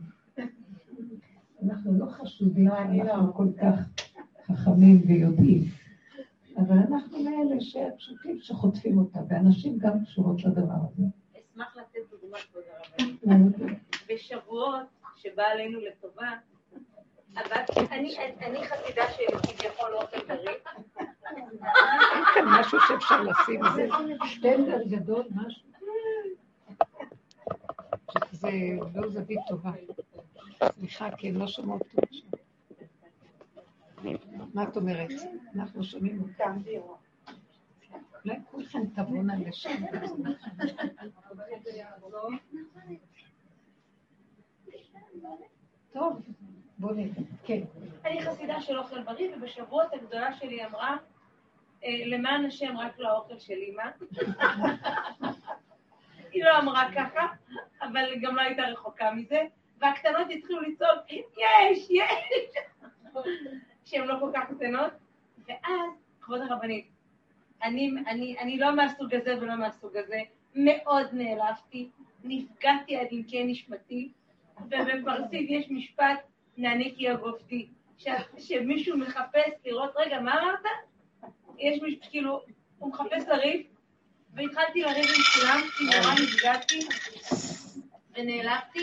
אנחנו לא חשודים, אנחנו כל כך חכמים ויודעים. אבל אנחנו מאלה שפשוטים שחוטפים אותה, ואנשים גם קשורות לדבר הזה. אשמח לתת דוגמה כבוד הרבנית. בשבועות שבא עלינו לטובה, אני חסידה של כביכול אוכל בריא. אין כאן משהו שאפשר לשים, זה שטנדר גדול, משהו. זה לא זווית טובה. סליחה, כי לא שומעות טוב שם. מה את אומרת? אנחנו שומעים אותם. אולי כולכם תבונה לשם. טוב, בוא נראה. כן. אני חסידה של אוכל בריא, ובשבועות הגדולה שלי אמרה, למען השם רק לא האוכל של אמא. היא לא אמרה ככה, אבל גם לא הייתה רחוקה מזה, והקטנות התחילו לצעוק, יש, יש, שהן לא כל כך קטנות, ואז, כבוד הרבנית, אני, אני, אני לא מהסוג הזה ולא מהסוג הזה, מאוד נעלבתי, נפגעתי עד עמקי נשמתי, ובפרסית יש משפט, נעניקי הגופתי, שמישהו מחפש לראות, רגע, מה אמרת? יש מישהו, כאילו, הוא מחפש לריב, והתחלתי לריב עם כולם, כי נורא נפגעתי ונעלבתי,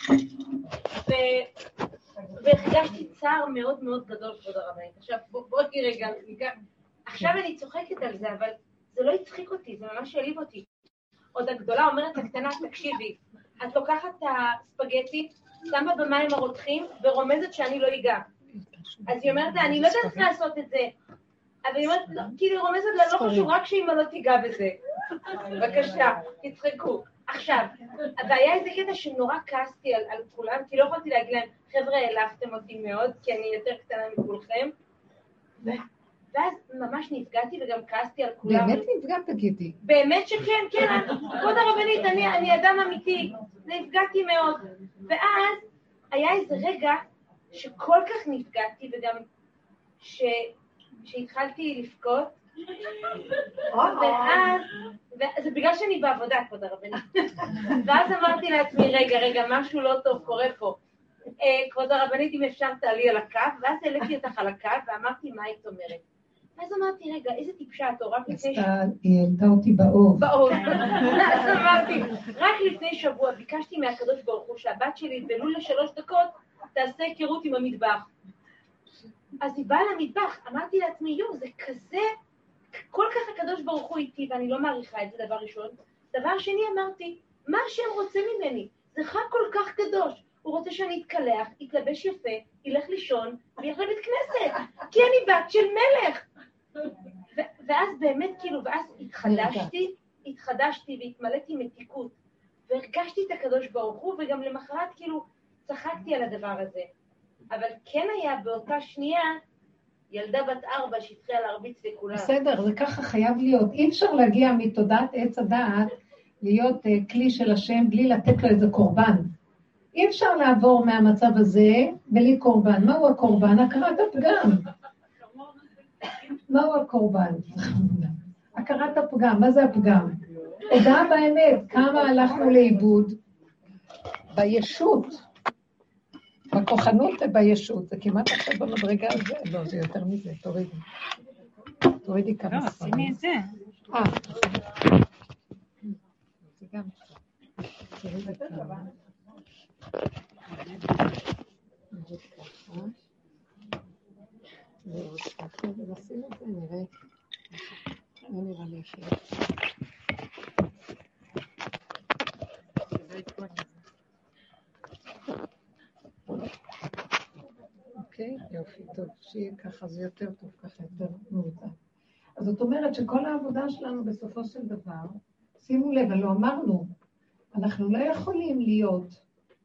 והרגשתי צער מאוד מאוד גדול, כבוד הרבנית. עכשיו בואי רגע, עכשיו אני צוחקת על זה, אבל זה לא הצחיק אותי, זה ממש העליב אותי. עוד הגדולה אומרת לקטנה, תקשיבי, את לוקחת את הספגטי, שמה במים הרותחים, ורומזת שאני לא אגע. אז היא אומרת, אני לא יודעת לעשות את זה, אבל היא אומרת, כאילו רומזת לה, לא חשוב, רק שאמא לא תיגע בזה. בבקשה, תצחקו. עכשיו, הבעיה איזה קטע שנורא כעסתי על, על כולם, כי לא יכולתי להגיד להם, חבר'ה, העלבתם אותי מאוד, כי אני יותר קטנה מכולכם. ואז ממש נפגעתי וגם כעסתי על כולם. באמת נפגעת, תגידי. באמת שכן, כן, כבוד הרבנית, אני, אני אדם אמיתי, נפגעתי מאוד. ואז היה איזה רגע שכל כך נפגעתי, וגם ש... שהתחלתי לבכות, ואז, זה בגלל שאני בעבודה, כבוד הרבנית. ואז אמרתי לעצמי, רגע, רגע, משהו לא טוב קורה פה. כבוד הרבנית, אם אפשר תעלי על הקו, ואז העליתי אותך על הקו, ואמרתי, מה היית אומרת? אז אמרתי, רגע, איזה טיפשה את, או רק לפני שבוע... היא העלתה אותי באור. באור. אז אמרתי, רק לפני שבוע ביקשתי מהקדוש ברוך הוא שהבת שלי, ולו לשלוש דקות, תעשה היכרות עם המטבח. אז היא באה למטבח, אמרתי לעצמי, יו, זה כזה, כל כך הקדוש ברוך הוא איתי, ואני לא מעריכה את זה דבר ראשון. דבר שני אמרתי, מה שהם רוצה ממני, זה חג כל כך קדוש. הוא רוצה שאני אתקלח, יתלבש יפה, ילך לישון, וילך לבית כנסת, כי אני בת של מלך. ואז באמת כאילו, ואז התחדשתי, התחדשתי והתמלאתי מתיקות, והרגשתי את הקדוש ברוך הוא, וגם למחרת כאילו צחקתי על הדבר הזה. אבל כן היה באותה שנייה, ילדה בת ארבע שהתחילה להרביץ לכולם. בסדר, זה ככה חייב להיות. אי אפשר להגיע מתודעת עץ הדעת, להיות uh, כלי של השם, בלי לתת לו איזה קורבן. אי אפשר לעבור מהמצב הזה בלי קורבן. מהו הקורבן? הכרת הפגם. מהו הקורבן? הכרת הפגם. מה זה הפגם? הודעה באמת, כמה הלכנו לאיבוד בישות. בכוחנות ובישות. זה כמעט עכשיו במדרגה הזה. לא, זה יותר מזה. תורידי. תורידי כמה לא, ספרים. שימי את זה. אה. זה גם קצת. תורידי כמה. ועוד ככה, ונשים את זה, נראה, לא נראה לי אחרת. אוקיי, יופי, טוב, שיהיה ככה, זה יותר טוב, ככה יותר מאוזן. אז זאת אומרת שכל העבודה שלנו בסופו של דבר, שימו לב, לא אמרנו, אנחנו לא יכולים להיות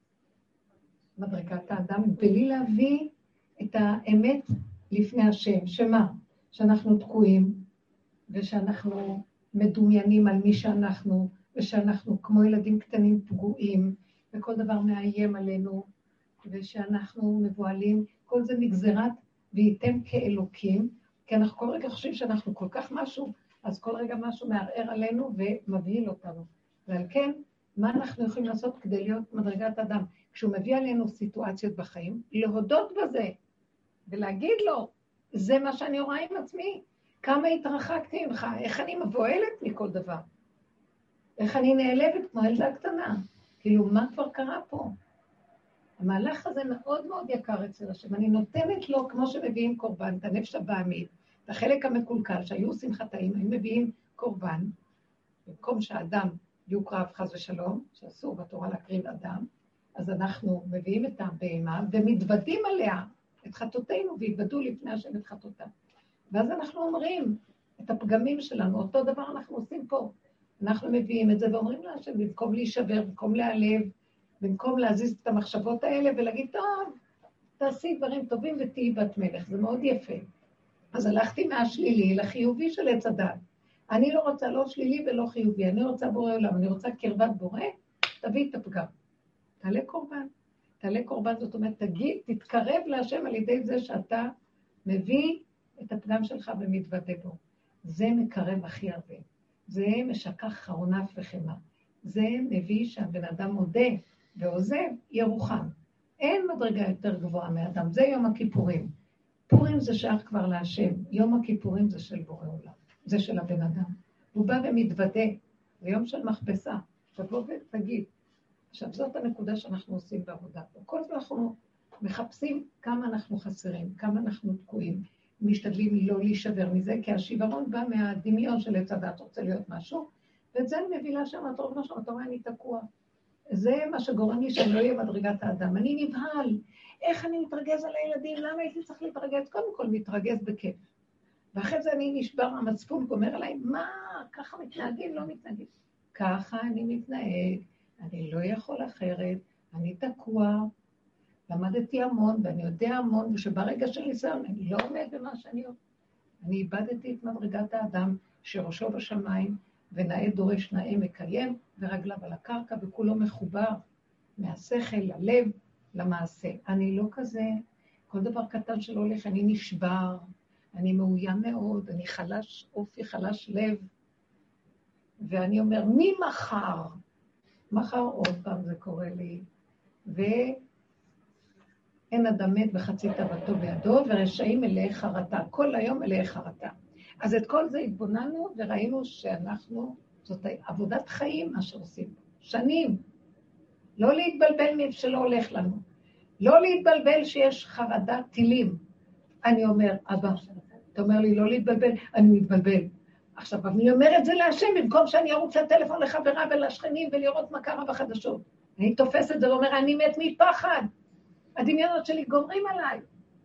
מדרגת האדם בלי להביא את האמת לפני השם, שמה? שאנחנו תקועים ושאנחנו מדומיינים על מי שאנחנו ושאנחנו כמו ילדים קטנים פגועים וכל דבר מאיים עלינו ושאנחנו מבועלים, כל זה נגזרת וייתם כאלוקים, כי אנחנו כל רגע חושבים שאנחנו כל כך משהו, אז כל רגע משהו מערער עלינו ומבהיל אותנו. ועל כן, מה אנחנו יכולים לעשות כדי להיות מדרגת אדם? כשהוא מביא עלינו סיטואציות בחיים, להודות בזה, ולהגיד לו, זה מה שאני רואה עם עצמי, כמה התרחקתי ממך, איך אני מבועלת מכל דבר, איך אני נעלבת כמו ילדה קטנה, כאילו מה כבר קרה פה? המהלך הזה מאוד מאוד יקר אצל השם, אני נותנת לו כמו שמביאים קורבן, את הנפש הבעמית, את החלק המקולקל שהיו עושים חטאים, הם מביאים קורבן, במקום שהאדם יוקרב חס ושלום, שאסור בתורה להקריב אדם, אז אנחנו מביאים את הבהמה ומתוודים עליה את חטאותינו, והתוודו לפני השם את חטאותם. ואז אנחנו אומרים את הפגמים שלנו, אותו דבר אנחנו עושים פה. אנחנו מביאים את זה ואומרים להשם, במקום להישבר, במקום להיעלב, במקום להזיז את המחשבות האלה ולהגיד, טוב, תעשי דברים טובים ותהי בת מלך, זה מאוד יפה. אז הלכתי מהשלילי לחיובי של עץ הדת. אני לא רוצה לא שלילי ולא חיובי, אני רוצה בורא עולם, אני רוצה קרבת בורא, תביא את הפגם. תעלה קורבן. תעלה קורבן, זאת אומרת, תגיד, תתקרב להשם על ידי זה שאתה מביא את הפגם שלך ומתוודה בו. זה מקרב הכי הרבה. זה משכח חרונף וחמה. זה מביא שהבן אדם מודה ועוזב ירוחם. אין מדרגה יותר גבוהה מאדם, זה יום הכיפורים. פורים זה שייך כבר להשם, יום הכיפורים זה של בורא עולם, זה של הבן אדם. הוא בא ומתוודה, זה יום של מכבסה, תבוא ותגיד. עכשיו, זאת הנקודה שאנחנו עושים בעבודה. כל זה אנחנו מחפשים כמה אנחנו חסרים, כמה אנחנו תקועים, משתדלים לא להישבר מזה, כי השברון בא מהדמיון של עץ הדת, רוצה להיות משהו, ואת זה אני מבינה שם, אתה רואה משהו, אתה רואה, אני תקוע. זה מה שגורם לי שאני לא אהיה מדרגת האדם. אני נבהל. איך אני מתרגז על הילדים? למה הייתי צריך להתרגז? קודם כל, מתרגז בכיף. ואחרי זה אני נשבר, המצפון גומר עליי, מה? ככה מתנהגים? לא מתנהגים. ככה אני מתנהג, אני לא יכול אחרת, אני תקוע, למדתי המון, ואני יודע המון, ושברגע של ניסיון, אני לא עומד במה שאני אומר. אני איבדתי את מדרגת האדם, שראשו בשמיים, ונאה דורש נאה מקיים, ורגליו על הקרקע, וכולו מחובר מהשכל, ללב, למעשה. אני לא כזה, כל דבר קטן שלא הולך, אני נשבר, אני מאוים מאוד, אני חלש אופי, חלש לב, ואני אומר, מי מחר? מחר עוד פעם זה קורה לי, ואין אדם מת בחצי תאוותו בידו, ורשעים מלאי חרטה, כל היום מלאי חרטה. אז את כל זה התבוננו וראינו שאנחנו, זאת עבודת חיים מה שעושים, שנים. לא להתבלבל מאיפה שלא הולך לנו. לא להתבלבל שיש חרדת טילים. אני אומר, אבא, אתה אומר לי לא להתבלבל, אני מתבלבל. עכשיו, אני אומר את זה להשם, במקום שאני ארוץ לטלפון לחברה ולשכנים ולראות מה קרה בחדשות. אני תופס את זה ואומר, אני מת מפחד. הדמיונות שלי גומרים עליי.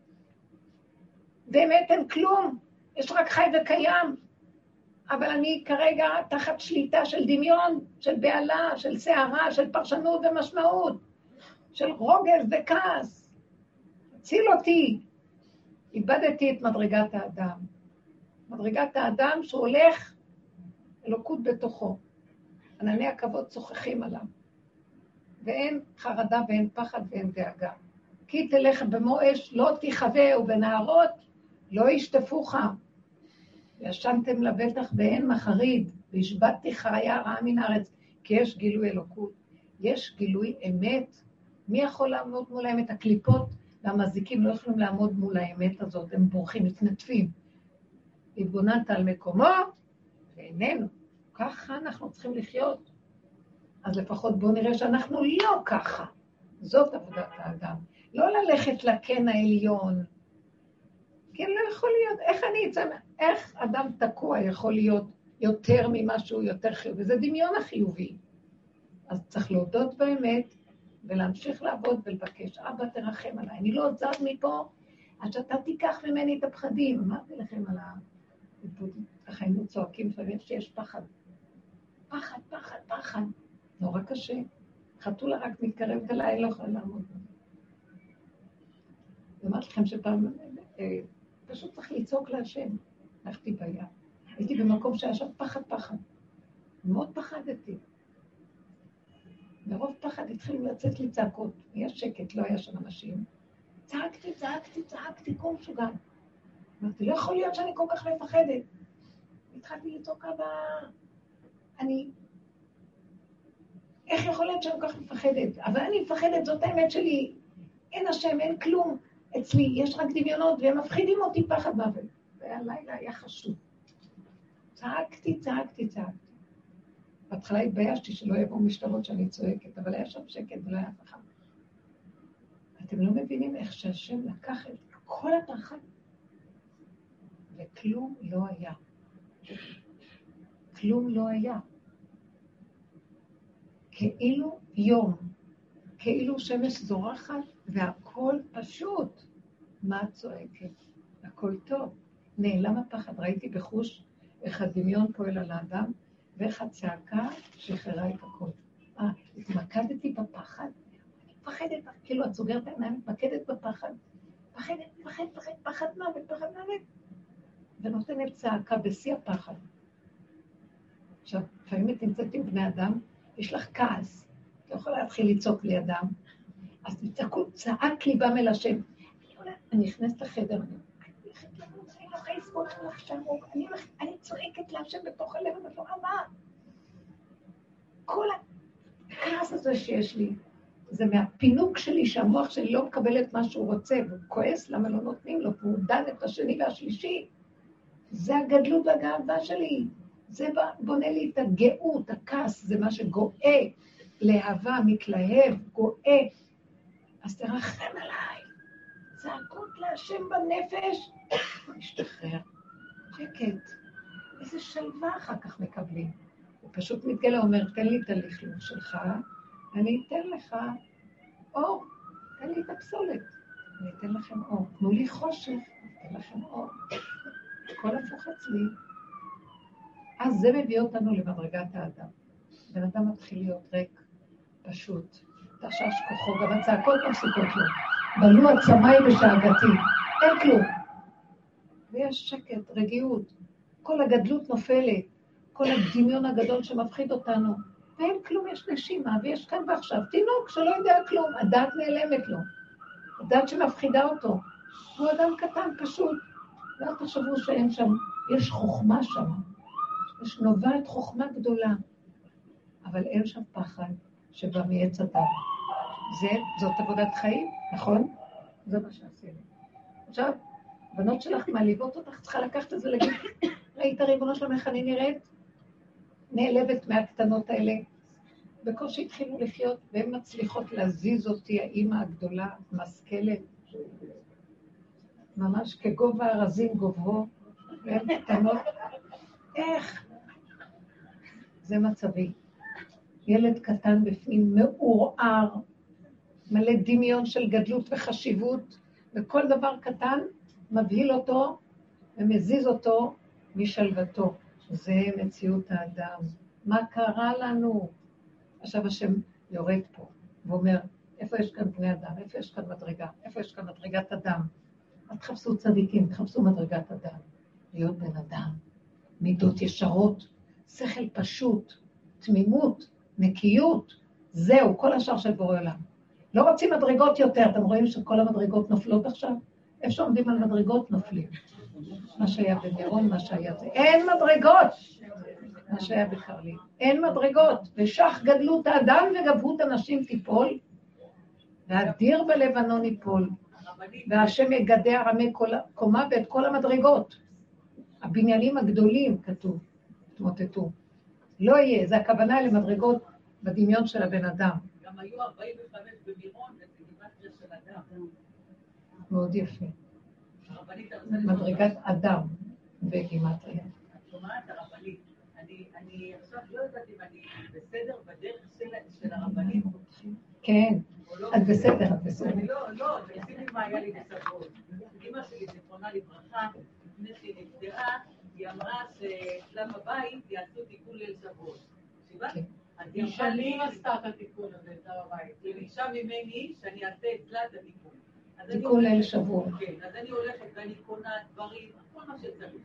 באמת אין כלום. יש רק חי וקיים, אבל אני כרגע תחת שליטה של דמיון, של בעלה, של שערה, של פרשנות ומשמעות, של רוגז וכעס. הציל אותי. איבדתי את מדרגת האדם. מדרגת האדם שהולך אלוקות בתוכו. ענני הכבוד צוחחים עליו. ואין חרדה ואין פחד ואין דאגה. כי תלך במו אש, לא תיחווה, ובנערות לא ישטפוך. וישנתם לבטח באין מחריד, והשבתתי חיה רעה מן הארץ, כי יש גילוי אלוקות, יש גילוי אמת. מי יכול לעמוד מול האמת? הקליפות והמזיקים לא יכולים לעמוד מול האמת הזאת, הם בורחים, מתנדפים. התבוננת על מקומו, ואיננו. ככה אנחנו צריכים לחיות. אז לפחות בואו נראה שאנחנו לא ככה. זאת עבודת האדם. לא ללכת לקן העליון, כן, לא יכול להיות. איך אני אצא, איך אדם תקוע יכול להיות יותר ממשהו יותר חיובי? זה דמיון החיובי. אז צריך להודות באמת, ולהמשיך לעבוד ולבקש. אבא, תרחם עליי. אני לא עוד זז מפה, עד שאתה תיקח ממני את הפחדים. אמרתי לכם על החיינו צועקים, שיש פחד. פחד, פחד, פחד. נורא קשה. חתולה רק מתקרבת אליי, לא יכולה לעמוד. אמרתי לכם שפעם... פשוט צריך לצעוק להשם. הלכתי בים. הייתי במקום שהיה שם פחד פחד. מאוד פחדתי. ברוב פחד התחילו לצאת לי צעקות. היה שקט, לא היה שם אנשים. צעקתי, צעקתי, צעקתי, כל משוגע. אמרתי, לא יכול להיות שאני כל כך מפחדת. התחלתי לצעוק אבא. אני... איך יכול להיות שאני כל כך מפחדת? אבל אני מפחדת, זאת האמת שלי. אין השם, אין כלום. אצלי יש רק דמיונות, והם מפחידים אותי פחד מוות. והלילה היה חשוב. צעקתי, צעקתי, צעקתי. בהתחלה התביישתי שלא יבואו משטרות שאני צועקת, אבל היה שם שקט ולא היה פחד. אתם לא מבינים איך שהשם לקח את כל הפחד, וכלום לא היה. כלום לא היה. כאילו יום, כאילו שמש זורחת, והכל פשוט. מה את צועקת? הכל טוב. נעלם הפחד. ראיתי בחוש איך הדמיון פועל על האדם, ואיך הצעקה שחררה את הכל. אה, התמקדתי בפחד. אני מפחדת, כאילו את סוגרת העיניים, מתמקדת בפחד. פחדת, פחד, פחד, פחד מוות, פחד מוות. ונותנת צעקה בשיא הפחד. עכשיו, לפעמים את נמצאת עם בני אדם, יש לך כעס. את לא יכולה להתחיל לצעוק לידם. אז תצעקו, צעק ליבם אל השם. אני נכנסת לחדר, אני הולכת למוץ, אני לא יכולה לסבול, אני הולכת שעמוק, אני צועקת להשם בתוך הלב, אני לא מה? כל הכעס הזה שיש לי, זה מהפינוק שלי, שהמוח שלי לא מקבל את מה שהוא רוצה, והוא כועס למה לא נותנים לו, והוא דן את השני והשלישי. זה הגדלות והגאווה שלי. זה בונה לי את הגאות, הכעס, זה מה שגואה, להבה, מתלהב, גואה. אז תרחם עליי. צעקות להשם בנפש, משתחרר. שקט. איזה שלווה אחר כך מקבלים. הוא פשוט מתגלה, אומר, תן לי את הלכלוך שלך, אני אתן לך אור, תן לי את הפסולת, אני אתן לכם אור. תנו לי חושך, אני אתן לכם אור. כל הפוך אצלי. אז זה מביא אותנו למדרגת האדם. בן אדם מתחיל להיות ריק, פשוט. תשש כוחו, גם הצעקות מפסיקות לו. בנו עצמי בשאגתי, אין כלום. ויש שקט, רגיעות. כל הגדלות נופלת, כל הדמיון הגדול שמפחיד אותנו. ואין כלום, יש נשימה, ויש כאן ועכשיו. תינוק שלא יודע כלום, הדעת נעלמת לו. הדעת שמפחידה אותו. הוא אדם קטן, פשוט. ואל תחשבו שאין שם, יש חוכמה שם. יש נובעת חוכמה גדולה. אבל אין שם פחד שבא מעץ הדת. זה, זאת עבודת חיים, נכון? זה מה שעשינו. עכשיו, בנות שלך מעליבות אותך, צריכה לקחת את זה להגיד, ראית ריבונו שלום איך אני נראית? נעלבת מהקטנות האלה. בקושי התחילו לחיות, והן מצליחות להזיז אותי, האמא הגדולה, משכלת. ממש כגובה הרזים גובהו, והן קטנות. איך? זה מצבי. ילד קטן בפנים, מעורער, מלא דמיון של גדלות וחשיבות, וכל דבר קטן מבהיל אותו ומזיז אותו משלוותו. זה מציאות האדם. מה קרה לנו? עכשיו השם יורד פה ואומר, איפה יש כאן בני אדם? איפה יש כאן מדרגה? איפה יש כאן מדרגת אדם? אל תחפשו צדיקים, תחפשו מדרגת אדם. להיות בן אדם, מידות ישרות, שכל פשוט, תמימות, נקיות, זהו, כל השאר של בורא עולם. לא רוצים מדרגות יותר, אתם רואים שכל המדרגות נופלות עכשיו? איפה שעומדים על מדרגות נופלים. מה שהיה במירון, מה שהיה זה. אין מדרגות! מה שהיה בקרלין. אין מדרגות. ושח גדלות האדם וגבהות הנשים תיפול, והדיר בלבנון ייפול, והשם יגדע רמי קומה ואת כל המדרגות. הבניינים הגדולים, כתוב, תמוטטו. לא יהיה, זה הכוונה למדרגות בדמיון של הבן אדם. גם היו ארבעים וחמש במירון, וזה גימטריה של אדם. מאוד יפה. מדרגת אדם בגימטריה. את שומעת, הרבנית, אני עכשיו לא יודעת אם אני בסדר בדרך של הרבנית. כן, את בסדר, את בסדר. לא, לא, תקשיבי מה היה לי בסברות. אמא שלי, זיכרונה לברכה, לפני שהיא נפטרה, היא אמרה שאצלם בבית יעשו תיקון ליל שבועות. שיבה? שנים עשתה את התיקון הזה, אצלם בבית. היא ביקשה ממני שאני אעשה אצלה את התיקון. תיקון ליל שבוע. כן, אז אני הולכת ואני קונה דברים, כל מה שצריך.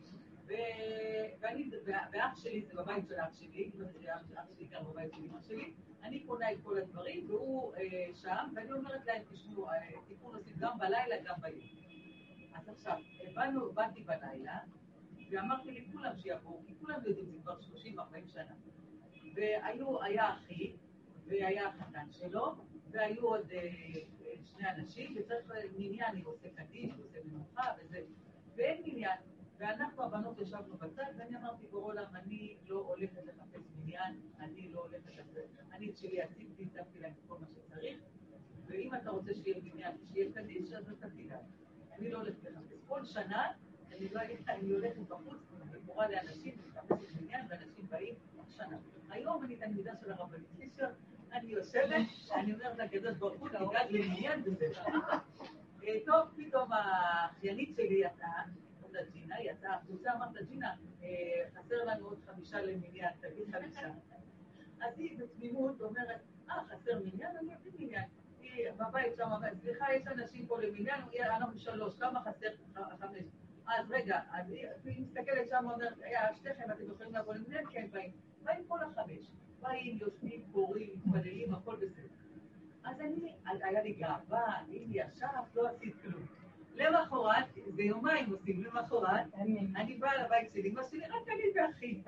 ואני, ואח שלי, זה בבית של אח שלי, אח שלי כאן בבית של אמא שלי, אני קונה את כל הדברים, והוא שם, ואני אומרת להם, תשמעו, תיקון עושים גם בלילה, גם ביום. אז עכשיו, הבנו, באתי בלילה, ואמרתי לכולם שיבואו, כי כולם יודעים, זה כבר שלושים ארבעים שנה. והיו, היה אחי, והיה החתן שלו, והיו עוד שני אנשים, וצריך מניין, אני עושה קדיש, עושה מנוחה, וזה, ואין מניין. ואנחנו הבנות ישבנו בצד, ואני אמרתי, בעולם, אני לא הולכת לחפש מניין, אני לא הולכת לחפש, אני את שלי עשיתי, שמתי להם כל מה שצריך, ואם אתה רוצה שיהיה מניין, שיהיה קדיש, אז אתה תדע. אני לא הולכת לחפש. כל שנה, אני לא הייתי, אני הולכת בחוץ, אני קוראה לאנשים, מחפשת מניין, ואנשים באים שנה. היום אני תלמידה של הרבנית פישר, אני יושבת, אני אומרת לקדוש ברוך הוא, תיגד למניין וזה. טוב, פתאום האחיינית שלי יצאה, ג'ינה, יצאה החוצה, אמרת ג'ינה, חסר לנו עוד חמישה למניין, תגיד חמישה. אז היא בתמימות אומרת, אה, חסר מניין? אני אגיד מניין. היא בבית שם, סליחה, יש אנשים פה למניין, אנחנו שלוש, כמה חסר חמש? אז רגע, היא מסתכלת שם ואומרת, שתיכם, אתם יכולים לבוא למניין? כן, באים. באים כל החמש. באים, יושבים, קוראים, מתפללים, הכל בסדר. אז אני, היה לי גאווה, אני ישב, לא עשית כלום. למחרת, זה יומיים עושים, למחרת, אני באה לבית שלי, אמא שלי, רק אני ואחי.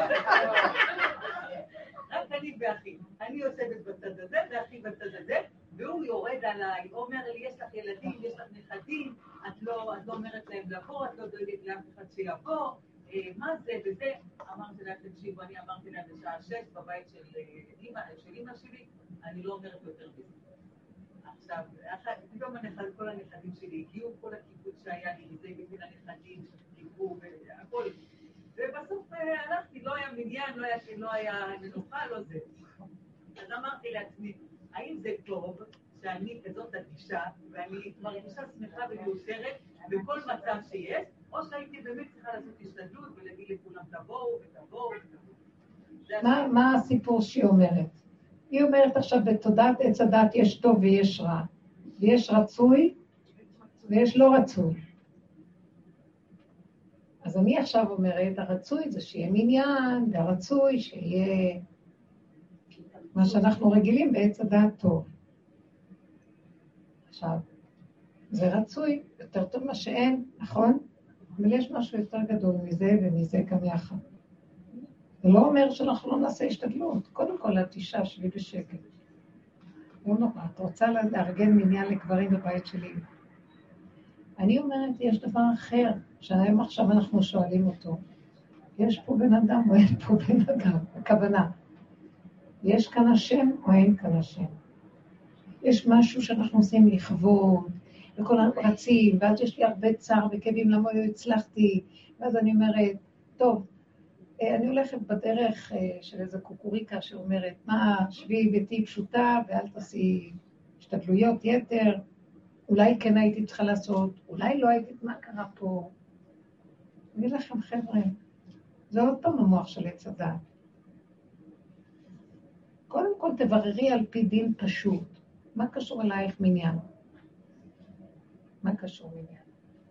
רק אני ואחי. אני יושבת בצד הזה, ואחי בצד הזה, והוא יורד עליי, אומר לי, יש לך ילדים, יש לך נכדים, את לא אומרת להם לבוא, את לא דואגת לאף אחד שיבוא, מה זה וזה, אמרתי לה, תקשיבו, אני אמרתי לה בשעה שש בבית של אמא שלי, אני לא אומרת יותר בזה. עכשיו, פתאום כל הנכדים שלי הגיעו, כל הכיבוד שהיה לי, זה בבין הנכדים, קיבו והכל. ובסוף הלכתי, לא היה מניין, לא היה מנוחה, לא זה. אז אמרתי לעצמי, האם זה טוב שאני כזאת אדישה, ואני מרגישה שמחה ומאושרת בכל מצב שיש, או שהייתי באמת צריכה לעשות השתדלות ולהגיד לכולם תבואו ותבואו ותבואו. מה הסיפור שהיא אומרת? היא אומרת עכשיו בתודעת עץ הדת יש טוב ויש רע, ויש רצוי ויש לא רצוי. אז אני עכשיו אומרת, הרצוי זה שיהיה מניין, והרצוי שיהיה מה שאנחנו רגילים בעץ הדת טוב. עכשיו, זה רצוי, יותר טוב מה שאין, נכון? אבל יש משהו יותר גדול מזה ומזה גם יחד. זה לא אומר שאנחנו לא נעשה השתדלות. קודם כל, את אישה שלי בשקט. לא נורא, את רוצה לארגן מניין לגברים בבית שלי. אני אומרת, יש דבר אחר, שהיום עכשיו אנחנו שואלים אותו. יש פה בן אדם או אין פה בן אדם? הכוונה. יש כאן השם או אין כאן השם? יש משהו שאנחנו עושים לכבוד, וכל הרצים, ואז יש לי הרבה צער וכאבים, למה לא הצלחתי, ואז אני אומרת, טוב, אני הולכת בדרך של איזו קוקוריקה שאומרת, מה, שבי ביתי פשוטה, ואל תעשי השתדלויות יתר, אולי כן הייתי צריכה לעשות, אולי לא הייתי, מה קרה פה? אני אגיד לכם, חבר'ה, זה עוד פעם המוח של עץ הדת. קודם כל תבררי על פי דין פשוט. מה קשור אלייך מניין? מה קשור מניין?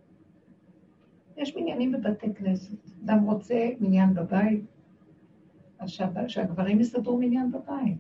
יש מניינים בבתי כנסת. אדם רוצה מניין בבית, אז שהגברים יסדרו מניין בבית.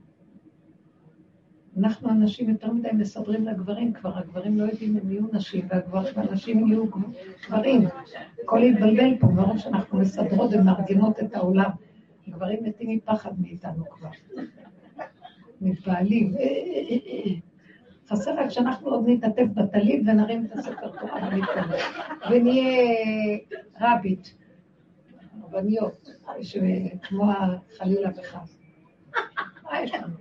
אנחנו אנשים יותר מדי מסדרים לגברים, כבר הגברים לא יודעים אם יהיו נשים, והנשים יהיו גברים. הכל יתבלבל פה, מרוב שאנחנו מסדרות ומארגנות את העולם. הגברים מתים מפחד מאיתנו כבר. מתפעלים. חסר רק שאנחנו עוד נתעטף בטלית ונרים את הספר תורה ונתקדם. ונהיה רבית, רבניות, כמו החלילה וחס. מה יש לנו?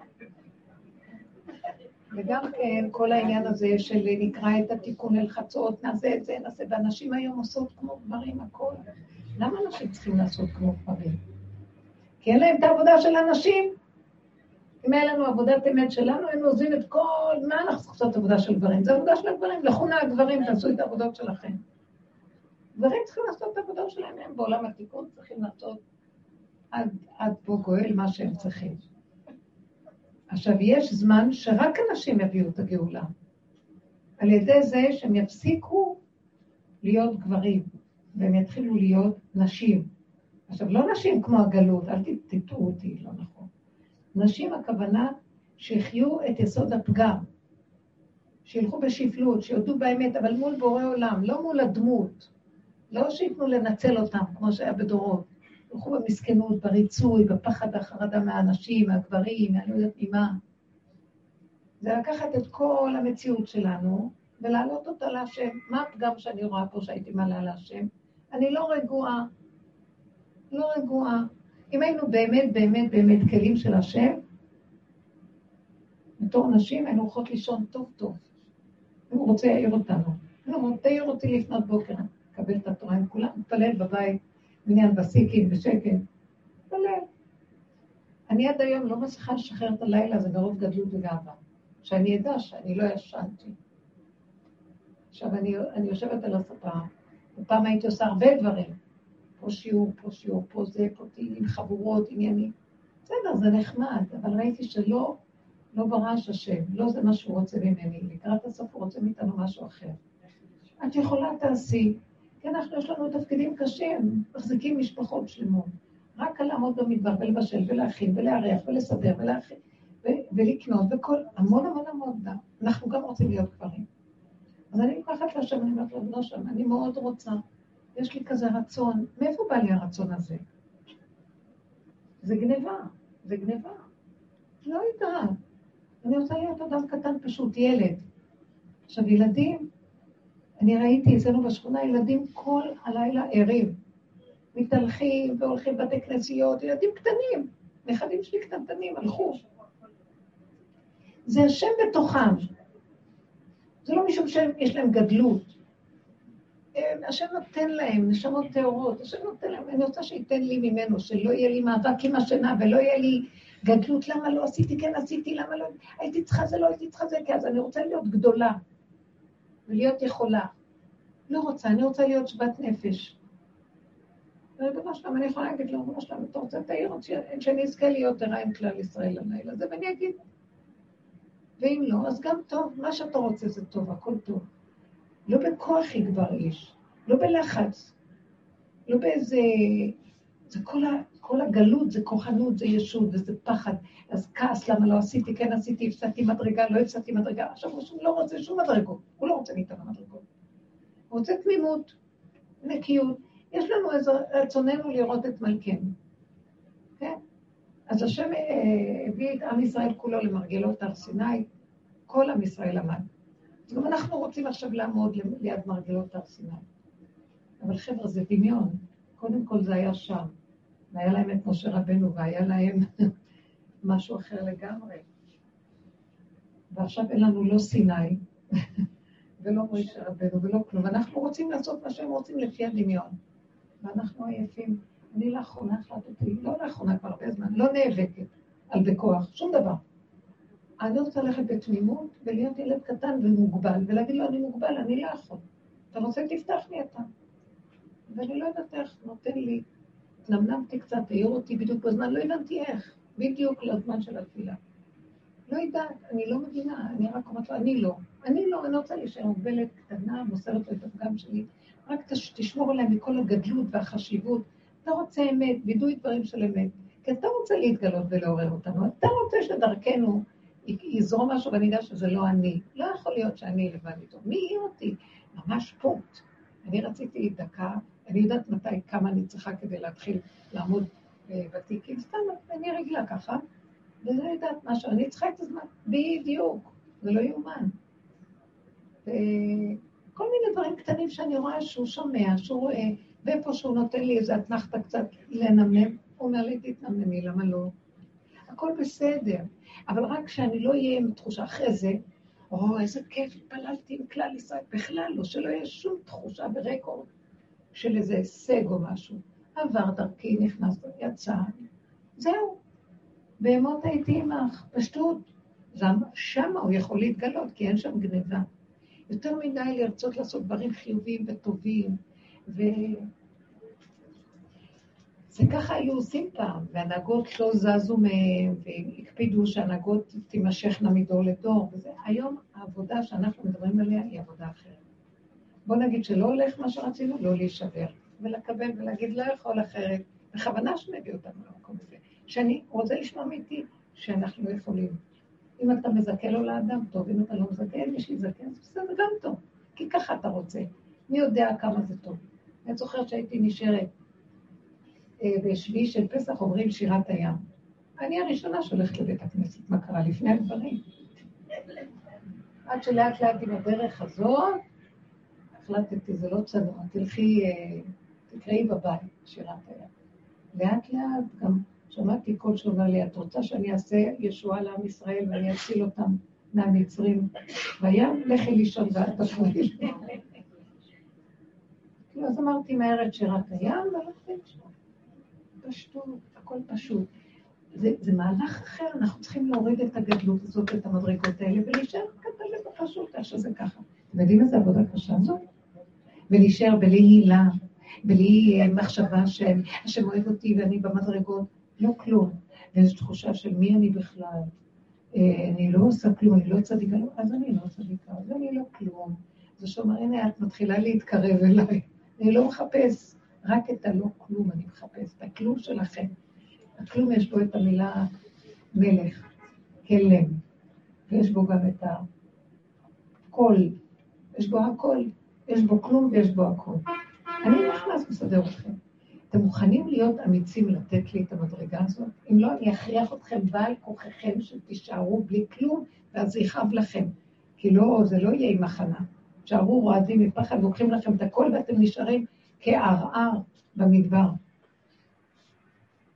וגם כן, כל העניין הזה של נקרא את התיקון אל חצות, נעשה את זה, נעשה, ואנשים היום עושות כמו גברים, הכל. למה אנשים צריכים לעשות כמו גברים? כי אין להם את העבודה של אנשים. אם היה לנו עבודת אמת שלנו, היינו עוזבים את כל, מה אנחנו צריכים לעשות עבודה של גברים? זה עבודה של הגברים, לכו נא הגברים, תעשו את העבודות שלכם. גברים צריכים לעשות את העבודות שלהם, הם בעולם התיקון צריכים לעשות עד, עד פה גואל מה שהם צריכים. עכשיו, יש זמן שרק אנשים יביאו את הגאולה. על ידי זה שהם יפסיקו להיות גברים, והם יתחילו להיות נשים. עכשיו, לא נשים כמו הגלות, אל תטעו אותי, לא נכון. נשים הכוונה שיחיו את יסוד הפגם, שילכו בשפלות, שיודעו באמת, אבל מול בורא עולם, לא מול הדמות, לא שיתנו לנצל אותם, כמו שהיה בדורות. ילכו במסכנות, בריצוי, בפחד החרדה מהאנשים, מהגברים, מהלא יודעת ממה. זה לקחת את כל המציאות שלנו, ולהעלות אותה להשם. מה הפגם שאני רואה פה שהייתי מעלה להשם? אני לא רגועה, לא רגועה. אם היינו באמת, באמת, באמת כלים של השם, בתור נשים היינו הולכות לישון טוב טוב. אם הוא רוצה להעיר אותנו. אם הוא רוצה להעיר אותי לפנות בוקר, לקבל את התורה עם כולם, מתפלל בבית, מניין בסיקים, בשקט. מתפלל. אני עד היום לא מצליחה לשחרר את הלילה הזה ברוב גדלות וגאווה. שאני אדע שאני לא ישנתי. עכשיו אני, אני יושבת על הספה, ופעם הייתי עושה הרבה דברים. פה שיעור, פה שיעור, פה זה, פה תהילים, חבורות, עניינים. בסדר, זה נחמד, אבל ראיתי שלא, לא ברש השם, לא זה מה שהוא רוצה ממני. לקראת הסוף הוא רוצה מאיתנו משהו אחר. את יכולה תעשי, כי אנחנו יש לנו תפקידים קשים, מחזיקים משפחות שלמות. רק על לעמוד במדבר ולבשל ולהכין ולהריח ולסדר ולהכין ולקנות וכל, המון המון המון דם. אנחנו גם רוצים להיות גברים. אז אני לוקחת לשם, אני אומרת לו, לא שם, אני מאוד רוצה. יש לי כזה רצון. מאיפה בא לי הרצון הזה? זה גניבה, זה גניבה. לא יודעת. אני רוצה להיות אדם קטן פשוט, ילד. עכשיו, ילדים, אני ראיתי אצלנו בשכונה ילדים כל הלילה ערים. מתהלכים והולכים בתי כנסיות, ילדים קטנים, נכדים שלי קטנטנים, הלכו. זה השם בתוכם. זה לא משום שיש להם גדלות. השם נותן להם, נשמות טהורות, השם נותן להם, אני רוצה שייתן לי ממנו, שלא יהיה לי מאבק עם השינה, ולא יהיה לי גדלות, למה לא עשיתי, כן עשיתי, למה לא, הייתי צריכה זה, לא הייתי צריכה זה, כי אז אני רוצה להיות גדולה, ולהיות יכולה. לא רוצה, אני רוצה להיות שוות נפש. ריבונו שלם, אני יכולה להגיד לו, ריבונו שלם, אתה רוצה תאיר אותי, שאני אזכה להיות ערה עם כלל ישראל הלילה הזה, ואני אגיד, ואם לא, אז גם טוב, מה שאתה רוצה זה טוב, הכל טוב. לא בכוח יגבר איש, לא בלחץ, לא באיזה, זה כל, ה, כל הגלות, זה כוחנות, זה ישות, וזה פחד, אז כעס, למה לא עשיתי, כן עשיתי, הפסדתי מדרגה, לא הפסדתי מדרגה, עכשיו הוא לא רוצה שום מדרגות, הוא לא רוצה להתאמן מדרגות. הוא רוצה תמימות, נקיות, יש לנו איזה רצוננו לראות את מלכנו, כן? אז השם אה, הביא את עם ישראל כולו למרגלות הר סיני, כל עם ישראל עמד. גם אנחנו רוצים עכשיו לעמוד ליד מרגלות הר סיני. אבל חבר'ה, זה דמיון. קודם כל זה היה שם. והיה להם את משה רבנו, והיה להם משהו אחר לגמרי. ועכשיו אין לנו לא סיני, ולא משה רבנו, ולא כלום. אנחנו רוצים לעשות מה שהם רוצים לפי הדמיון. ואנחנו עייפים. אני לאחרונה החלטתי, לא לאחרונה כבר הרבה זמן, לא נאבקת על בכוח, שום דבר. אני רוצה ללכת בתמימות ולהיות ילד קטן ומוגבל, ולהגיד לו, אני מוגבל, אני לא יכול. אתה רוצה, תפתח לי אתה. ואני לא יודעת איך, נותן לי, נמנמתי קצת, העיר אותי בדיוק בזמן, לא הבנתי איך, בדיוק לזמן של התפילה. לא יודעת, אני לא מבינה, אני רק אומרת לו, אני לא. אני לא, אני רוצה להישאר מוגבלת קטנה, מוסרת לו את הפגם שלי, רק תשמור עליהם מכל הגדלות והחשיבות. אתה רוצה אמת, וידוי דברים של אמת, כי אתה רוצה להתגלות ולעורר אותנו, אתה רוצה שדרכנו יזרום משהו ואני יודע שזה לא אני. לא יכול להיות שאני לבד איתו. מי יהיה אותי? ממש פונקט. אני רציתי דקה, אני יודעת מתי, כמה אני צריכה כדי להתחיל לעמוד בתיקים, סתם, אני רגילה ככה, וזה יודעת משהו, אני צריכה את הזמן, בדיוק, זה לא יאומן. וכל מיני דברים קטנים שאני רואה שהוא שומע, שהוא רואה, ואיפה שהוא נותן לי איזה התנחת קצת לנמנם, הוא אומר לי, תתנמנמי, למה לא? הכל בסדר, אבל רק שאני לא אהיה עם תחושה אחרי זה, או איזה כיף, התפללתי עם כלל ישראל, בכלל לא, שלא יהיה שום תחושה ברקורד של איזה הישג או משהו. עבר דרכי, נכנס, יצא, זהו. בהמות הייתי עמך, פשטות. שם הוא יכול להתגלות, כי אין שם גניבה. יותר מדי לרצות לעשות דברים חיוביים וטובים, ו... זה ככה היו עושים פעם, והנהגות לא זזו מהם, והקפידו שהנהגות תימשכנה מדור לדור, וזה היום העבודה שאנחנו מדברים עליה היא עבודה אחרת. בוא נגיד שלא הולך מה שרצינו, לא להישבר, ולקבל ולהגיד לא יכול אחרת, בכוונה שנביא אותנו למקום הזה, שאני רוצה לשמוע מאיתי שאנחנו לא יכולים. אם אתה מזכה לו לאדם, טוב, אם אתה לא מזכה, אם יש לי זקן, זה בסדר גם טוב, כי ככה אתה רוצה. מי יודע כמה זה טוב. אני זוכרת שהייתי נשארת, בשביעי של פסח אומרים שירת הים. אני הראשונה שהולכת לבית הכנסת, מה קרה לפני הדברים. עד שלאט לאט עם הדרך הזאת, החלטתי, זה לא צנוע, תלכי, תקראי בבית שירת הים. לאט לאט גם שמעתי קול שאומר לי, את רוצה שאני אעשה ישועה לעם ישראל ואני אציל אותם מהמצרים בים? לכי לישון ואת תפריעי. אז אמרתי מהר את שירת הים והלכתי לשם. פשטות, הכל פשוט. זה, זה מהלך אחר, אנחנו צריכים להוריד את הגדלות הזאת, את המדרגות האלה, ולהישאר קטן ופשוט, איך שזה ככה. אתם יודעים איזה עבודה קשה זאת? ולהישאר בלי הילה, בלי מחשבה של, השם אוהב אותי ואני במדרגות, לא כלום. ואיזו תחושה של מי אני בכלל. אני לא עושה כלום, אני לא צדיקה, אז אני לא צדיקה, אז אני לא כלום. זה שאומר, הנה, את מתחילה להתקרב אליי. אני לא מחפש. רק את הלא כלום אני מחפש, את הכלום שלכם. הכלום יש בו את המילה מלך, כלם, ויש בו גם את הכל, יש בו הכל, יש בו כלום ויש בו הכל. אני נכנס לסדר אתכם. אתם מוכנים להיות אמיצים לתת לי את המדרגה הזאת? אם לא, אני אכריח אתכם בעל כוחכם שתישארו בלי כלום, ואז זה יכאב לכם. כי לא, זה לא יהיה עם הכנה. תשארו רועדים מפחד, לוקחים לכם את הכל ואתם נשארים, כערער במדבר,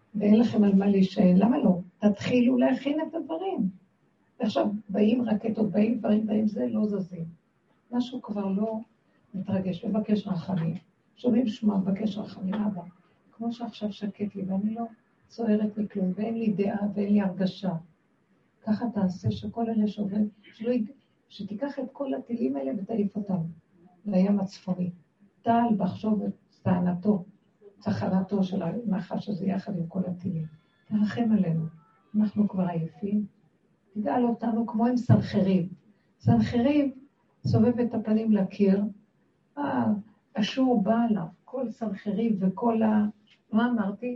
ואין לכם על מה להישען, למה לא? תתחילו להכין את הדברים. עכשיו, באים רקטות, באים דברים, באים זה, לא זזים. משהו כבר לא מתרגש, מבקש רחמים. שומעים שמוע, מבקש רחמים, אבא. כמו שעכשיו שקט לי, ואני לא צוערת מכלום, ואין לי דעה, ואין לי הרגשה. ככה תעשה שכל אלה שעוברים, שלא יג... שתיקח את כל הטילים האלה ותעיף אותם לים הצפוני. טל בחשוב את טענתו, צחנתו של הנחש הזה יחד עם כל הטילים. תרחם עלינו, אנחנו כבר עייפים. תגאל אותנו כמו הם סנחריב. סנחריב סובב את הפנים לקיר, אה, אשור בא עליו, כל סנחריב וכל ה... מה אמרתי?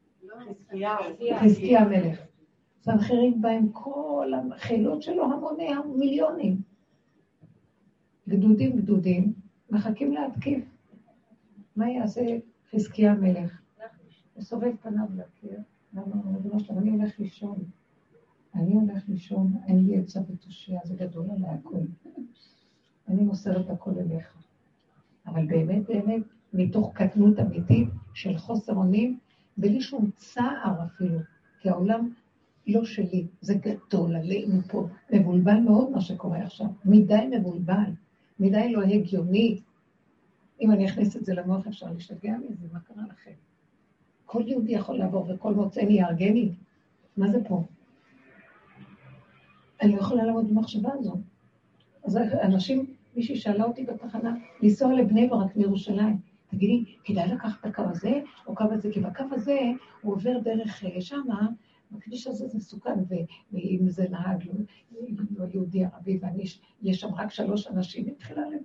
חזקיה המלך. סנחריב בהם כל החילות שלו המוני המיליונים. גדודים גדודים, מחכים להתקיף. מה יעשה חזקיה המלך? מסובב פניו לקיר, ואמר, אני הולך לישון. אני הולך לישון, אין לי עצה ותושייה, זה גדול עליי הכל. אני מוסרת הכל אליך. אבל באמת, באמת, מתוך קטנות אמיתית של חוסר אונים, בלי שום צער אפילו, כי העולם לא שלי, זה גדול עלינו פה. מבולבל מאוד מה שקורה עכשיו, מדי מבולבל, מדי לא הגיוני. אם אני אכניס את זה למוח אפשר להשתגע מזה, מה קרה לכם? כל יהודי יכול לעבור וכל מוצאני יארגני. מה זה פה? אני לא יכולה לעמוד במחשבה הזו. אז אנשים, מישהי שאלה אותי בתחנה, לנסוע לבני ברק מירושלים. תגידי, כדאי לקחת את הקו הזה, או קו הזה, כי בקו הזה הוא עובר דרך שמה, בכביש הזה זה מסוכן, ואם זה נהג, לא יהודי ערבי, ואני, יש שם רק שלוש אנשים, התחילה להם.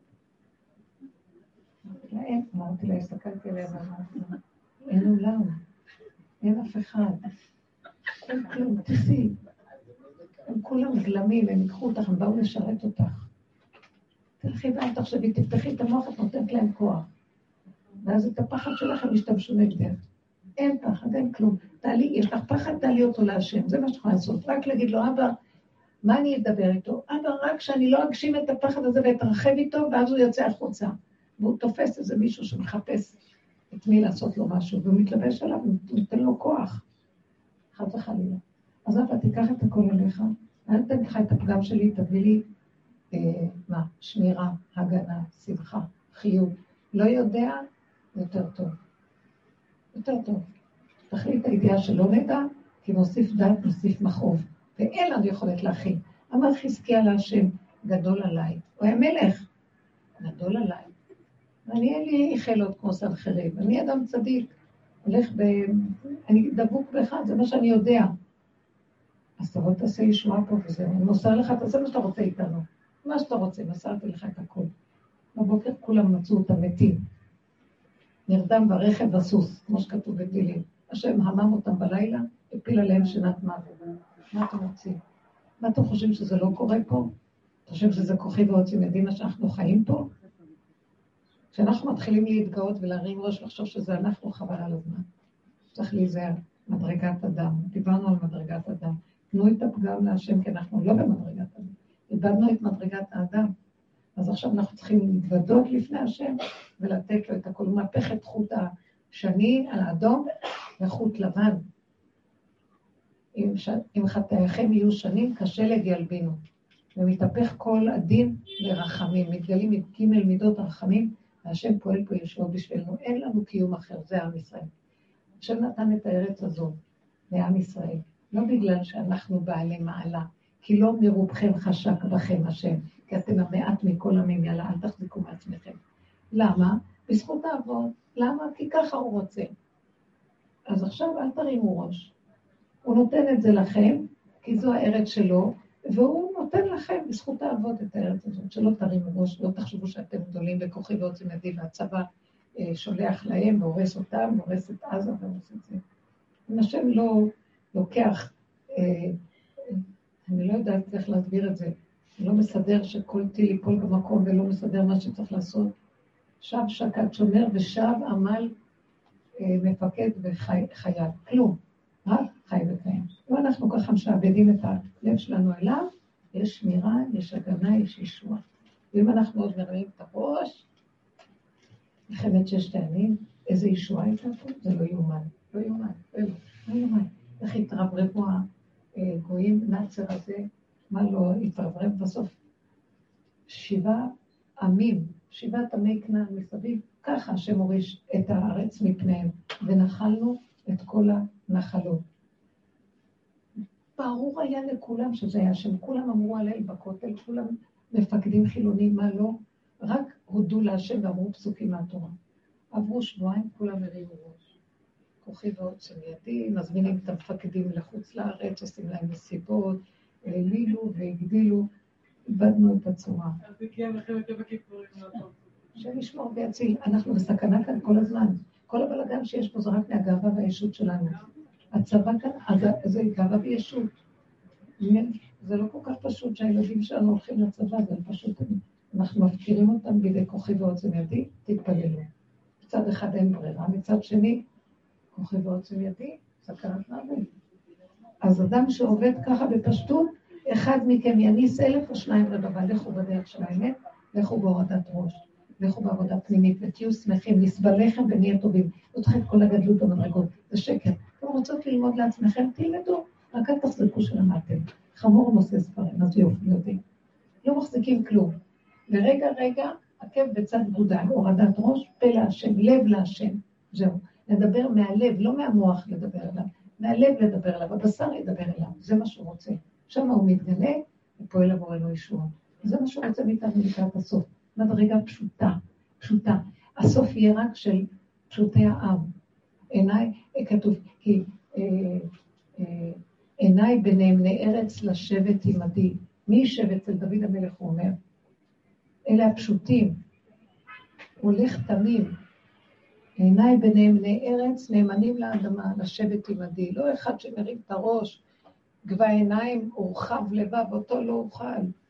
להם, אמרתי לה, הסתכלתי עליהם, אמרתי, אין עולם, אין אף אחד, אין כלום, תחי. הם כולם גלמים, הם ייקחו אותך, הם באו לשרת אותך. תלכי ואל תחשבי, תפתחי את המוח, את נותנת להם כוח. ואז את הפחד שלכם ישתמשו נגדך. אין פחד, אין כלום. תעלי, יש לך פחד, תעלי אותו להשם, זה מה שצריך לעשות. רק להגיד לו, אבא, מה אני אדבר איתו? אבא, רק שאני לא אגשים את הפחד הזה ואתרחב איתו, ואז הוא יוצא החוצה. והוא תופס איזה מישהו שמחפש את מי לעשות לו משהו, והוא מתלבש עליו, ונותן לו כוח. חד וחלילה. אז אבא, תיקח את הכל אליך, אל תנך את הפגם שלי, תביא לי, אה, מה, שמירה, הגנה, שמחה, חיות. לא יודע, יותר טוב. יותר טוב. תחליט הידיעה שלא נדע, כי מוסיף דעת, מוסיף מכאוב. ואין לנו יכולת להכין. אמר חזקיה להשם, גדול עליי. הוא היה מלך, גדול עליי. ואני אין לי חילות כמו סנחריב. אני אדם צדיק. הולך ב... אני דבוק באחד, זה מה שאני יודע. אז תבוא תעשה ישועה פה וזהו. אני מוסר לך, תעשה מה שאתה רוצה איתנו. מה שאתה רוצה, מסרתי לך את הכל. בבוקר כולם מצאו אותם מתים. נרדם ברכב הסוס, כמו שכתוב בדילים. השם המם אותם בלילה, הפיל עליהם שנת מוות. מה אתם רוצים? מה אתם חושבים שזה לא קורה פה? אתם חושבים שזה כוחי ועוצים מדינה שאנחנו חיים פה? כשאנחנו מתחילים להתגאות ולהרים ראש לחשוב שזה אנחנו, חבל על הזמן. צריך להיזהר, מדרגת אדם. דיברנו על מדרגת אדם. תנו את הפגם להשם, כי אנחנו לא במדרגת אדם. איבדנו את מדרגת האדם. אז עכשיו אנחנו צריכים להתוודות לפני השם, ולתת לו את הכל. הוא מהפך את חוט השני על האדום, וחוט לבן. אם, ש... אם חטאיכם יהיו שנים, קשה לגלבינו. ומתהפך כל הדין לרחמים. מתגלים את ג' מידות הרחמים, והשם פועל פה ישועות בשבילנו. אין לנו קיום אחר, זה עם ישראל. השם נתן את הארץ הזו לעם ישראל. לא בגלל שאנחנו בעלי מעלה, כי לא מרובכם חשק בכם השם, כי אתם המעט מכל עמים, יאללה, אל תחזיקו מעצמכם. למה? בזכות האבות. למה? כי ככה הוא רוצה. אז עכשיו אל תרימו ראש. הוא נותן את זה לכם, כי זו הארץ שלו, והוא נותן לכם בזכות האבות את הארץ הזאת, שלא תרימו ראש, לא תחשבו שאתם גדולים וכוחי ועוצים ידי, והצבא אה, שולח להם והורס אותם, והורס את עזה והורס את זה. אם השם לא לוקח, אה, אני לא יודעת איך להסביר את זה, לא מסדר שכל טיל ייפול במקום ולא מסדר מה שצריך לעשות. שב שקד שומר ושב עמל אה, מפקד וחייל. כלום, רק חי וקיים. אם אנחנו ככה משעבדים את הלב שלנו אליו, יש שמירה, יש הגנה, יש ישוע. ואם אנחנו עוד מראים את הראש, מלחמת ששת הימים, איזה ישועה הייתה פה? זה לא יאומן. לא יאומן. איך התרברבו הגויים, נאצר הזה, מה לא התרברב בסוף? שבעה עמים, שבעת עמי כנען מסביב, ככה שמוריש את הארץ מפניהם, ונחלנו את כל הנחלות. ברור היה לכולם שזה היה שם, כולם אמרו עליהם בכותל, כולם מפקדים חילונים, מה לא? רק הודו להשם ואמרו פסוקים מהתורה. עברו שבועיים, כולם הרימו ראש. כוחי ועוצם ידי, מזמינים את המפקדים לחוץ לארץ, עושים להם מסיבות, העלילו והגדילו, איבדנו את הצורה. אז הגיע מלחמת יום הכיפורים. שנשמור ויציל, אנחנו בסכנה כאן כל הזמן. כל הבלגן שיש פה זה רק מהגאווה והישות שלנו. הצבא כאן, זה גאווה וישות. זה לא כל כך פשוט שהילדים שלנו הולכים לצבא, זה פשוט, אנחנו מפקירים אותם בידי כוחי ועוצם ידי, תתפללו. מצד אחד אין ברירה, מצד שני, כוחי ועוצם ידי, סכנת מוות. אז אדם שעובד ככה בפשטות, אחד מכם יניס אלף או שניים רבבה, לכו בדרך של האמת, לכו בהורדת ראש, לכו בעבודה פנימית, ותהיו שמחים, נסבל לכם ונהיה טובים. לא תחת כל הגדלות במדרגות, זה שקר. אתם רוצות ללמוד לעצמכם, תלמדו, רק אל תחזקו שלמדתם. חמור נושא ספרים, אז יופי, יודעים. לא מחזיקים כלום. ורגע רגע, עקב בצד גודל, הורדת ראש, פה להשם, לב להשם. זהו, לדבר מהלב, לא מהמוח לדבר אליו, מהלב לדבר אליו, הבשר ידבר אליו, זה מה שהוא רוצה. שם הוא מתגלה, ופועל עבורנו ישועה. זה מה שהוא רוצה מאיתנו לקראת הסוף. מדרגה פשוטה, פשוטה. הסוף יהיה רק של פשוטי העם. עיניי, כתוב, כי אה, אה, עיניי בנאמני ארץ לשבת עמדי. מי ישב אצל דוד המלך, הוא אומר? אלה הפשוטים. הולך תמים. עיניי בנאמני ארץ נאמנים לאדמה, לשבת עמדי. לא אחד שמרים את הראש, גבה עיניים, הורחב לבב, אותו לא אוכל.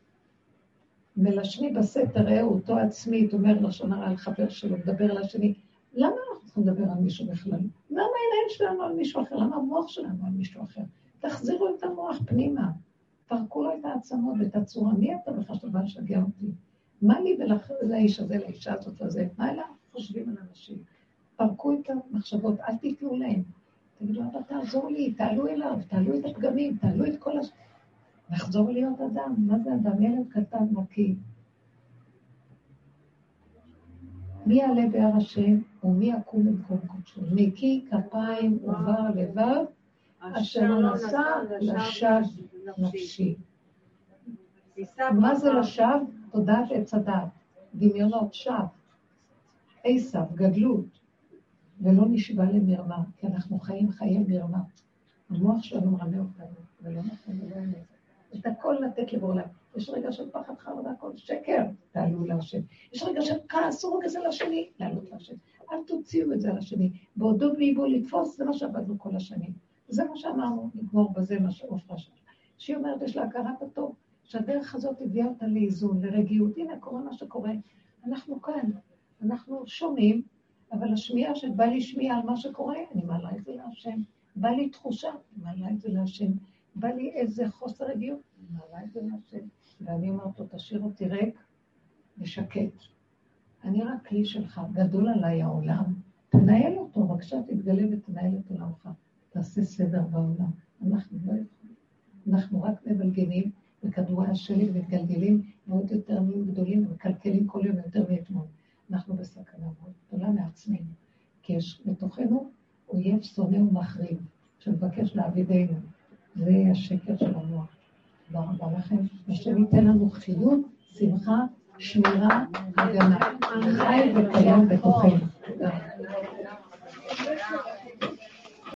מלשני בסתר, ראו אותו עצמית, אומר לשון הרע על חבר שלו, מדבר לשני. למה אנחנו צריכים לדבר על מישהו בכלל? למה העיניים שלנו על מישהו אחר? למה המוח שלנו על מישהו אחר? תחזירו את המוח פנימה. פרקו לו את העצמות ואת הצורה. מי אתה בכלל שאתה בא לשגע אותי? מה לי ולאיש הזה, לאישה הזאת לזה? מה אלה חושבים על אנשים? פרקו את המחשבות, אל תיתנו להם. תגידו, אבל תעזור לי, תעלו אליו, תעלו את הפגמים, תעלו את כל הש... נחזור להיות אדם. מה זה אדם? ילד קטן נקי. מי יעלה בהר השם ומי יקום במקום קודשו? נקי כפיים ובר לבב, אשר לא נשא לשווא נפשי. מה זה לשווא? תודעת עץ הדעת, דמיונות שווא, עשיו, גדלות, ולא נשבע למרמה, כי אנחנו חיים חיי מרמה. המוח שלנו מרמה אותנו, ולא נכון, ולא אמת. את הכל לתת לבורלה. יש רגע של פחד חרדה, הכל שקר, תעלו להשם. יש רגע של כעס, הוא רגע זה לשני, לעלות להשם. אל תוציאו את זה לשני. בעודו ואיבו לתפוס, זה מה שעבדנו כל השנים. זה מה שאמרנו, נגמור בזה מה שעופרה שלנו. שהיא אומרת, יש לה הכרת הטוב, שהדרך הזאת הביאה אותה לאיזון, לרגיעות. הנה, קורה מה שקורה. אנחנו כאן, אנחנו שומעים, אבל השמיעה שבא לי שמיעה על מה שקורה, אני מעלה את זה להשם. בא לי תחושה, אני מעלה את זה להשם. בא לי איזה חוסר רגיעות, אני מעלה את זה להשם. ואני אומרת לו, תשאיר אותי ריק ושקט. אני רק כלי שלך, גדול עליי העולם. תנהל אותו, בבקשה תתגלה ותנהל את עולמך. תעשה סדר בעולם. אנחנו לא יכולים. אנחנו רק מבלגנים, וכדורי השלי מתגלגלים מאוד יותר נהיים גדולים, ומקלקלים כל יום יותר מאתמול. אנחנו בסכנה מאוד גדולה מעצמנו. כי יש בתוכנו אויב שונא ומחריב, שמבקש לעבידנו. זה השקר של המוח. תודה רבה לכם. השם ייתן לנו חיות, שמחה, שמירה, הגנה. חי וקיים בתוכנו. תודה.